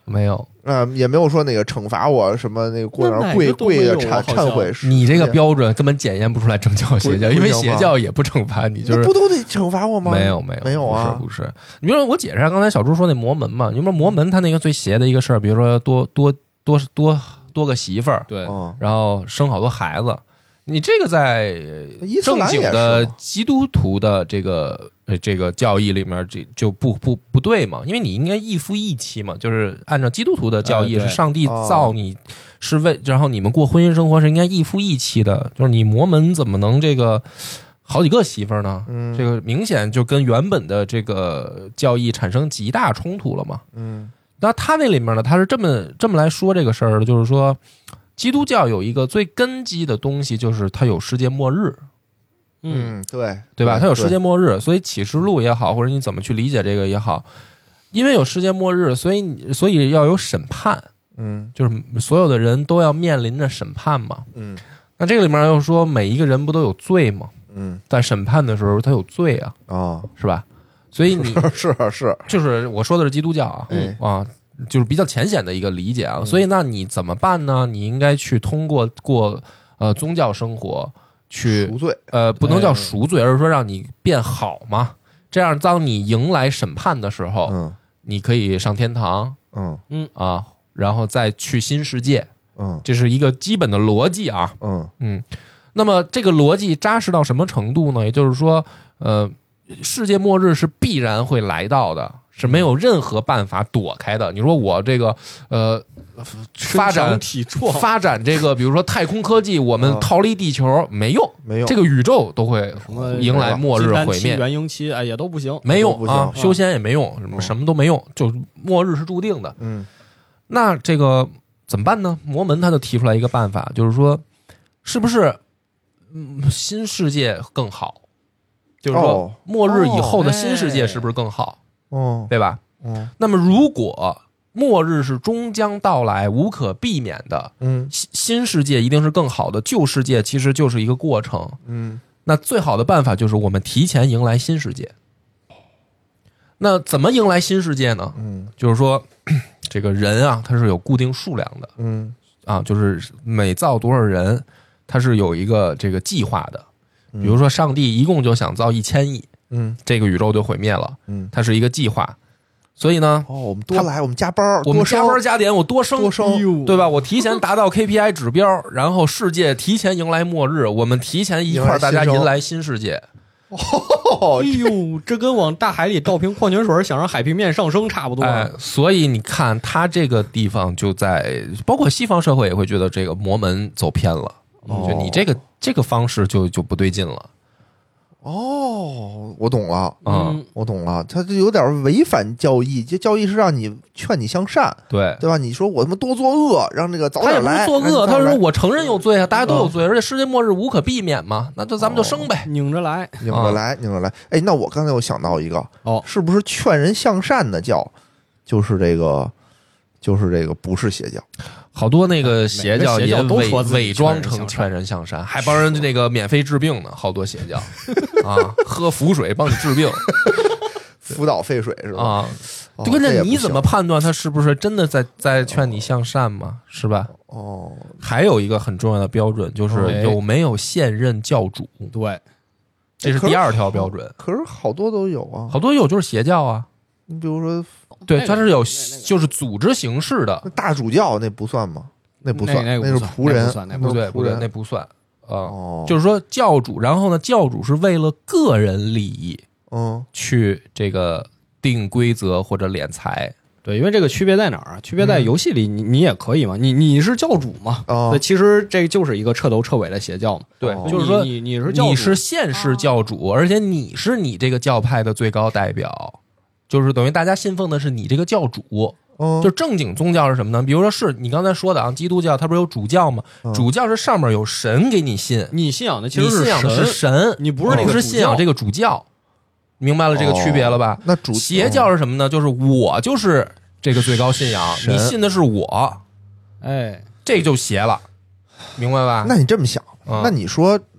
没有。 啊、呃，也没有说那个惩罚我什么那个过那儿跪跪的忏忏悔。 你这个标准根本检验不出来正教邪教，因为邪教也不惩罚你，就是不都得惩罚我吗？ 没有没有没有啊， 不是不是。你比如说我解释下刚才小猪说那魔门嘛，你说魔门他那个最邪的一个事儿，比如说多多多多多个媳妇儿， 对， 然后生好多孩子，你这个在正经的基督徒的这个。这个教义里面这就不不不对嘛，因为你应该一夫一妻嘛，就是按照基督徒的教义是上帝造你是为，然后你们过婚姻生活是应该一夫一妻的，就是你摩门怎么能这个好几个媳妇呢？嗯，这个明显就跟原本的这个教义产生极大冲突了嘛。 嗯， 那他那里面呢，他是这么这么来说这个事儿的，就是说基督教有一个最根基的东西，就是它有世界末日。 嗯，对， 对吧？它有世界末日，所以启示录也好，或者你怎么去理解这个也好，因为有世界末日，所以所以要有审判， 嗯， 就是所有的人都要面临着审判嘛， 嗯， 那这个里面又说每一个人不都有罪吗？ 嗯， 在审判的时候他有罪啊， 啊、哦， 是吧？所以你是是， 就是我说的是基督教啊， 嗯啊，就是比较浅显的一个理解啊，嗯、所以那你怎么办呢？你应该去通过过呃宗教生活。去赎罪， 呃，不能叫赎罪，而是说让你变好嘛。这样，当你迎来审判的时候， 嗯， 你可以上天堂， 嗯嗯啊，然后再去新世界， 嗯， 这是一个基本的逻辑啊， 嗯嗯。那么这个逻辑扎实到什么程度呢？也就是说，呃，世界末日是必然会来到的，是没有任何办法躲开的。你说我这个呃。发展体壮， 发展这个，比如说太空科技，我们逃离地球、嗯、没用， 没用， 这个宇宙都会迎来末日毁灭， 元婴期哎也都不行， 没用啊， 嗯、 修仙也没用，什么什么都没用，就末日是注定的。 嗯， 那这个怎么办呢？摩门他就提出来一个办法，就是说，是不是嗯新世界更好？就是说，末日以后的新世界是不是更好？ 哦， 对吧？ 嗯， 那么如果末日是终将到来，无可避免的。 嗯， 新世界一定是更好的，旧世界其实就是一个过程。 嗯， 那最好的办法就是我们提前迎来新世界。那怎么迎来新世界呢？ 嗯， 就是说，这个人啊，他是有固定数量的。 嗯， 啊，就是每造多少人，他是有一个这个计划的。比如说，上帝一共就想造一千亿， 嗯， 这个宇宙就毁灭了。 嗯， 它是一个计划。所以呢， 哦，我们多来，我们加班， 我们加班加点，我多生多生， 对吧？我提前达到 K P I 指标，然后世界提前迎来末日，我们提前一块大家迎来新世界。 哦， 哎呦，这跟往大海里倒瓶矿泉水，想让海平面上升差不多。 哎，所以你看，他这个地方就在，包括西方社会也会觉得这个魔门走偏了， 哦、 就你这个这个方式就就不对劲了。 哦，我懂了， 嗯， 我懂了，他就有点违反教义，这教义是让你劝你向善， 对对吧？你说我他妈多作恶，让这个早点来， 他也不是作恶，他说我承认有罪啊，大家都有罪，而且世界末日无可避免嘛，那就咱们就生呗， 拧着来， 拧着来，拧着来。哎，那我刚才又想到一个， 哦， 是不是劝人向善的教，就是这个，就是这个不是邪教？ 好多那个邪教也伪伪装成劝劝人向善，还帮人那个免费治病呢。好多邪教啊，喝符水帮你治病， 辅导沸水是吧？ 啊，就跟着你怎么判断他是不是真的在在劝你向善嘛？是吧？ 哦， 还有一个很重要的标准就是有没有现任教主。 对， 这是第二条标准。 可是好多都有啊， 好多有就是邪教啊。 你比如说。 对，它是有就是组织形式的。 大主教那不算吗？那不算， 那是仆人， 那不对， 不对， 那不算啊。 哦， 就是说教主，然后呢，教主是为了个人利益， 嗯， 去这个定规则或者敛财。 对，因为这个区别在哪儿啊？区别在游戏里你，你你也可以嘛，你你是教主嘛？ 哦， 那其实这就是一个彻头彻尾的邪教嘛。 对， 哦、 就是说你你是教主你是现世教主，而且你是你这个教派的最高代表。就是等于大家信奉的是你这个教主， 嗯， 就正经宗教是什么呢？比如说是你刚才说的啊，基督教它不是有主教吗？ 嗯、 主教是上面有神给你信， 你信仰的其实是你信仰的是神， 你不是那个不是信仰这个主教，明白了这个区别了吧？ 哦、那主邪教是什么呢？就是我就是这个最高信仰，你信的是我， 哎， 这就邪了，明白吧？ 那你这么想， 嗯、 那你说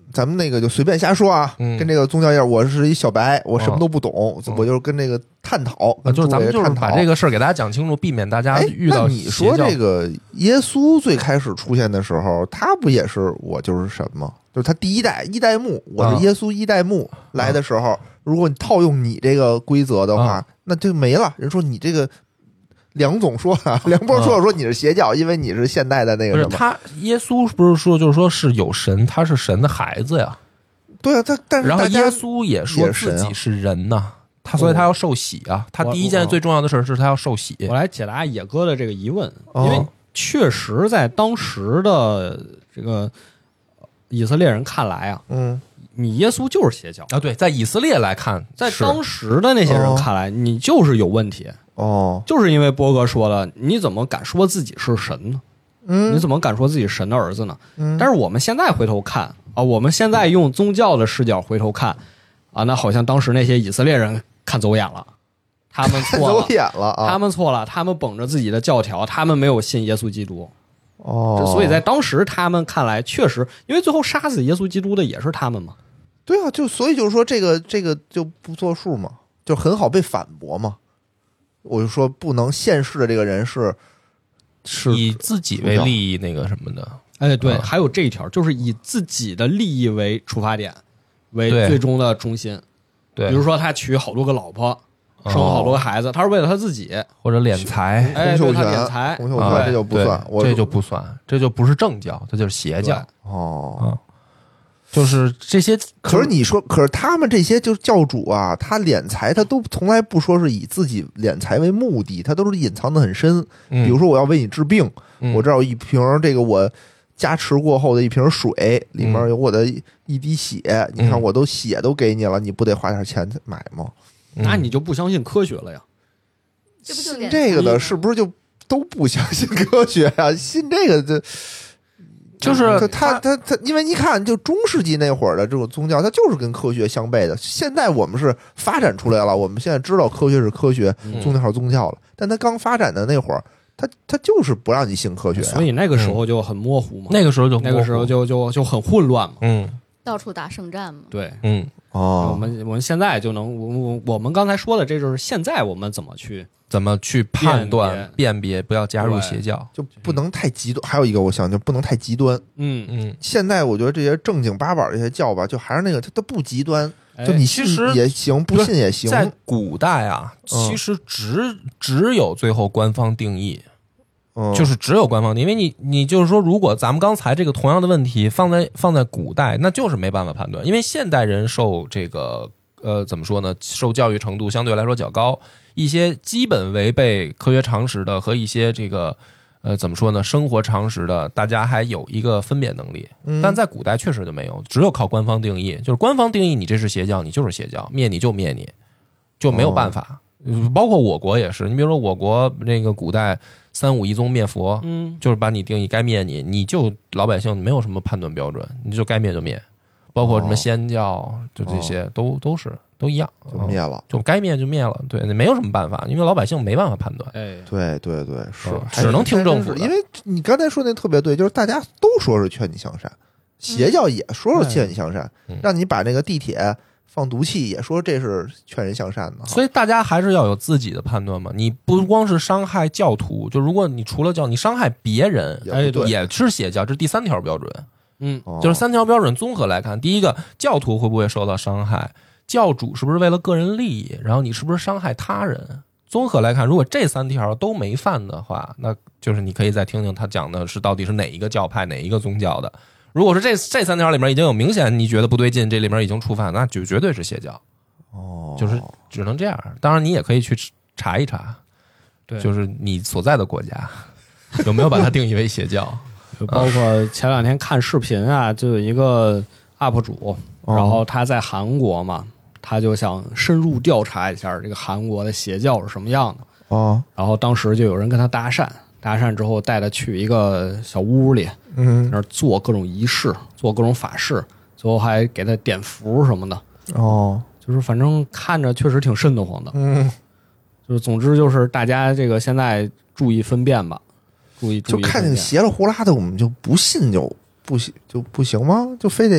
咱们那个就随便瞎说啊， 嗯、 跟这个宗教一样，我是一小白，我什么都不懂，哦、我就是跟这个探讨， 啊、就是咱们就是把这个事儿给大家讲清楚，避免大家遇到。 那你说这个耶稣最开始出现的时候，他不也是我就是什么？就是他第一代一代目，我是耶稣一代目、啊、来的时候，如果你套用你这个规则的话，啊、那就没了。人说你这个。梁总说啊，梁波说说你是邪教，因为你是现代的那个什么。 不是他，耶稣不是说就是说是有神，他是神的孩子呀。 对啊，他但是然后耶稣也说自己是人呐、啊，他所以他要受洗啊。他第一件最重要的事是他要受洗。 我来解答野哥的这个疑问，因为确实在当时的这个以色列人看来啊， 嗯。 你耶稣就是邪教啊！对，在以色列来看， 在当时的那些人看来，你就是有问题哦， 就是因为波哥说了，你怎么敢说自己是神呢？ 嗯， 你怎么敢说自己神的儿子呢？ 嗯， 但是我们现在回头看啊，我们现在用宗教的视角回头看啊，那好像当时那些以色列人看走眼了，他们错了， 走眼了啊， 他们错了，他们绷着自己的教条，他们没有信耶稣基督。 哦， 所以在当时他们看来，确实，因为最后杀死耶稣基督的也是他们嘛。 对啊，就所以就是说这个这个就不作数嘛，就很好被反驳嘛。我就说不能现世的这个人是是以自己为利益那个什么的。 哎，对，嗯、还有这一条，就是以自己的利益为出发点，为最终的中心。 对， 比如说他娶好多个老婆，生好多个孩子，他是为了他自己， 或者敛财， 哎， 洪秀全， 敛财， 洪秀全这就不算，我这就不算，这就不是正教，这就是邪教。 哦。 嗯，就是这些， 可是你说，可是他们这些就是教主啊，他敛财，他都从来不说是以自己敛财为目的，他都是隐藏的很深。 嗯、 比如说，我要为你治病， 嗯、 我这儿有一瓶这个我加持过后的一瓶水，里面有我的一滴血，嗯、你看我都血都给你了，你不得花点钱买吗？ 嗯、 那你就不相信科学了呀？ 这不就信这个的，是不是就都不相信科学啊？信这个的。 就是他他他，因为你看，就中世纪那会儿的这种宗教，它就是跟科学相悖的。现在我们是发展出来了，我们现在知道科学是科学，宗教是宗教了。但它刚发展的那会儿，它它就是不让你信科学、啊， 所以那个时候就很模糊嘛。 嗯、那个时候就那个时候就就就很混乱嘛。 嗯， 到处打胜战嘛。 对， 嗯哦， 我们我们现在就能，我我我们刚才说的，这就是现在我们怎么去。 怎么去判断辨别，不要加入邪教， 就不能太极端。还有一个，我想就不能太极端。 嗯嗯， 现在我觉得这些正经八百这些教吧，就还是那个，它它不极端， 哎、 就你信也行，不信也行。 在古代啊，其实只、嗯、只有最后官方定义， 嗯、 就是只有官方定义。因为你你就是说，如果咱们刚才这个同样的问题放在放在古代，那就是没办法判断，因为现代人受这个呃怎么说呢，受教育程度相对来说较高。一些基本违背科学常识的和一些这个呃怎么说呢生活常识的，大家还有一个分辨能力，但在古代确实就没有，只有靠官方定义，就是官方定义你这是邪教，你就是邪教，灭你就灭你，就没有办法。哦、包括我国也是，你比如说我国那个古代三武一宗灭佛， 嗯， 就是把你定义该灭你，你就老百姓没有什么判断标准，你就该灭就灭，包括什么仙教，哦、就这些、哦、都都是。都一样， 就灭了， 就该灭就灭了，对，没有什么办法，因为老百姓没办法判断。 哎， 对对对，是， 只能听政府的。 因为你刚才说那特别对，就是大家都说是劝你向善，邪教也说是劝你向善， 嗯、 让你把那个地铁放毒气，也说这是劝人向善的。 所以大家还是要有自己的判断嘛。你不光是伤害教徒，就如果你除了教，你伤害别人， 哎， 也是邪教，这是第三条标准。 嗯， 就是三条标准综合来看，第一个，教徒会不会受到伤害？教主是不是为了个人利益？然后你是不是伤害他人？综合来看，如果这三条都没犯的话，那就是你可以再听听他讲的是到底是哪一个教派、哪一个宗教的。如果是这这三条里面已经有明显你觉得不对劲，这里面已经触犯，那就绝对是邪教。 哦， 就是只能这样。当然，你也可以去查一查， 对， 就是你所在的国家有没有把它定义为邪教。 包括前两天看视频啊，就有一个 U P 主，然后他在韩国嘛。他就想深入调查一下这个韩国的邪教是什么样的哦， 然后当时就有人跟他搭讪，搭讪之后带他去一个小屋里， 嗯， 那儿做各种仪式，做各种法事，最后还给他点符什么的。 哦， 就是反正看着确实挺瘆得慌的。 嗯， 就是总之就是大家这个现在注意分辨吧，注意注意分辨。 就看见邪了呼啦的，我们就不信就不行就不行吗？就非得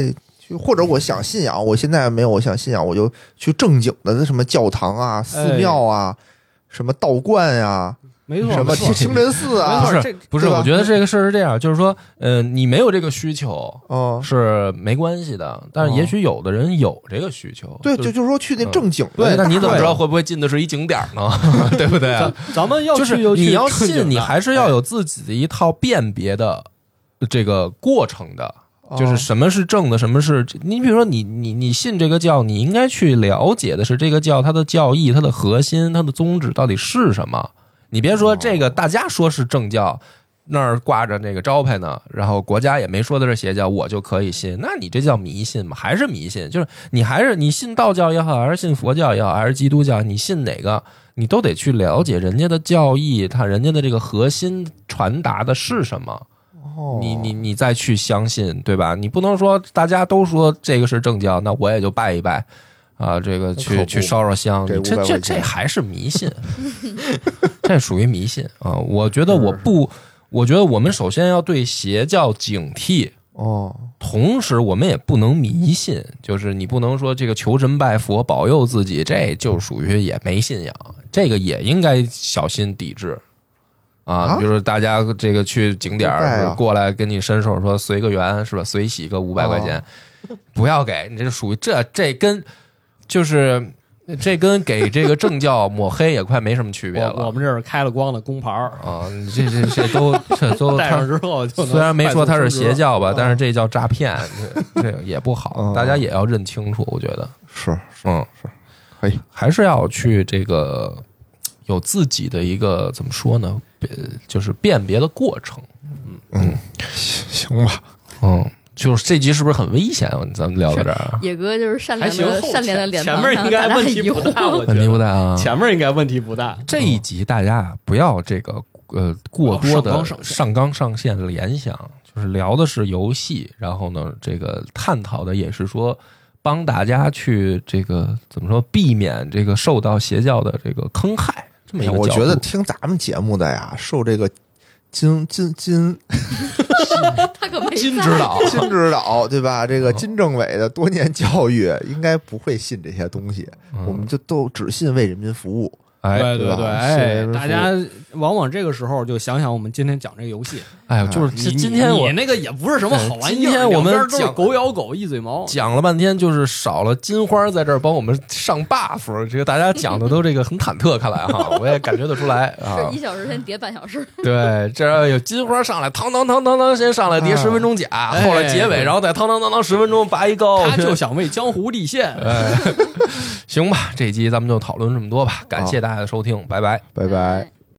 或者我想信仰，我现在没有我想信仰，我就去正经的什么教堂啊、寺庙啊、哎、什么道观呀、啊。 没错， 什么清真寺啊？ 不是，不是，我觉得这个事儿是这样，就是说，呃，你没有这个需求，哦，是没关系的。但是也许有的人有这个需求， 对，就就是说去那正经的， 对，那你怎么知道会不会进的是一景点呢？对不对？ 咱们要就是你要信，你还是要有自己的一套辨别的这个过程的。就是什么是正的，什么是你比如说你你你信这个教，你应该去了解的是这个教它的教义、它的核心、它的宗旨到底是什么。你别说这个大家说是正教，那儿挂着那个招牌呢，然后国家也没说的是邪教，我就可以信，那你这叫迷信吗？还是迷信？就是你还是你信道教也好，还是信佛教也好，还是基督教，你信哪个，你都得去了解人家的教义，他人家的这个核心传达的是什么。你你你再去相信，对吧？你不能说大家都说这个是正教，那我也就拜一拜。啊，这个去去烧烧香，这这这这还是迷信，这属于迷信啊！我觉得我不，我觉得我们首先要对邪教警惕哦，同时我们也不能迷信，就是你不能说这个求神拜佛保佑自己，这就属于也没信仰，这个也应该小心抵制啊！比如说大家这个去景点儿过来跟你伸手说随个缘是吧？随喜个五百块钱，不要给你，这属于这这跟。就是这跟给这个正教抹黑也快没什么区别了。 我, 我们这是开了光的工牌啊，这这这都这都戴上之后就虽然没说它是邪教吧，但是这叫诈骗，这这也不好，嗯、大家也要认清楚。我觉得是， 嗯， 是，可以， 还是要去这个有自己的一个怎么说呢？就是辨别的过程。嗯嗯，行吧， 嗯。就是这集是不是很危险？咱们聊到这儿， 野哥就是善良的善良的脸庞， 前面应该问题不大，我觉得问题不大啊。 前面应该问题不大。 这一集大家不要这个呃过多的上纲上线的联想，就是聊的是游戏，然后呢，这个探讨的也是说帮大家去这个怎么说避免这个受到邪教的这个坑害。这么一个角度， 我觉得听咱们节目的呀，受这个。金金金， 他可没金指导， 金指导，对吧？这个金政委的多年教育，应该不会信这些东西。嗯、我们就都只信为人民服务。 哎， 对对对，哎，大家往往这个时候就想想我们今天讲这个游戏。 哎呦，就是今天我你那个也不是什么好玩意儿， 今天我们讲狗咬狗一嘴毛， 讲了半天，就是少了金花在这儿帮我们上 buff， 这个大家讲的都这个很忐忑，看来哈，我也感觉得出来啊。 一小时先叠半小时。 对，这有金花上来，当当当当当，先上来叠十分钟甲， 哎、 后来结尾，然后再当当当当十分钟拔一高， 他就想为江湖立宪。 哎，行吧，这一集咱们就讨论这么多吧，感谢大家的收听，拜拜， 拜拜。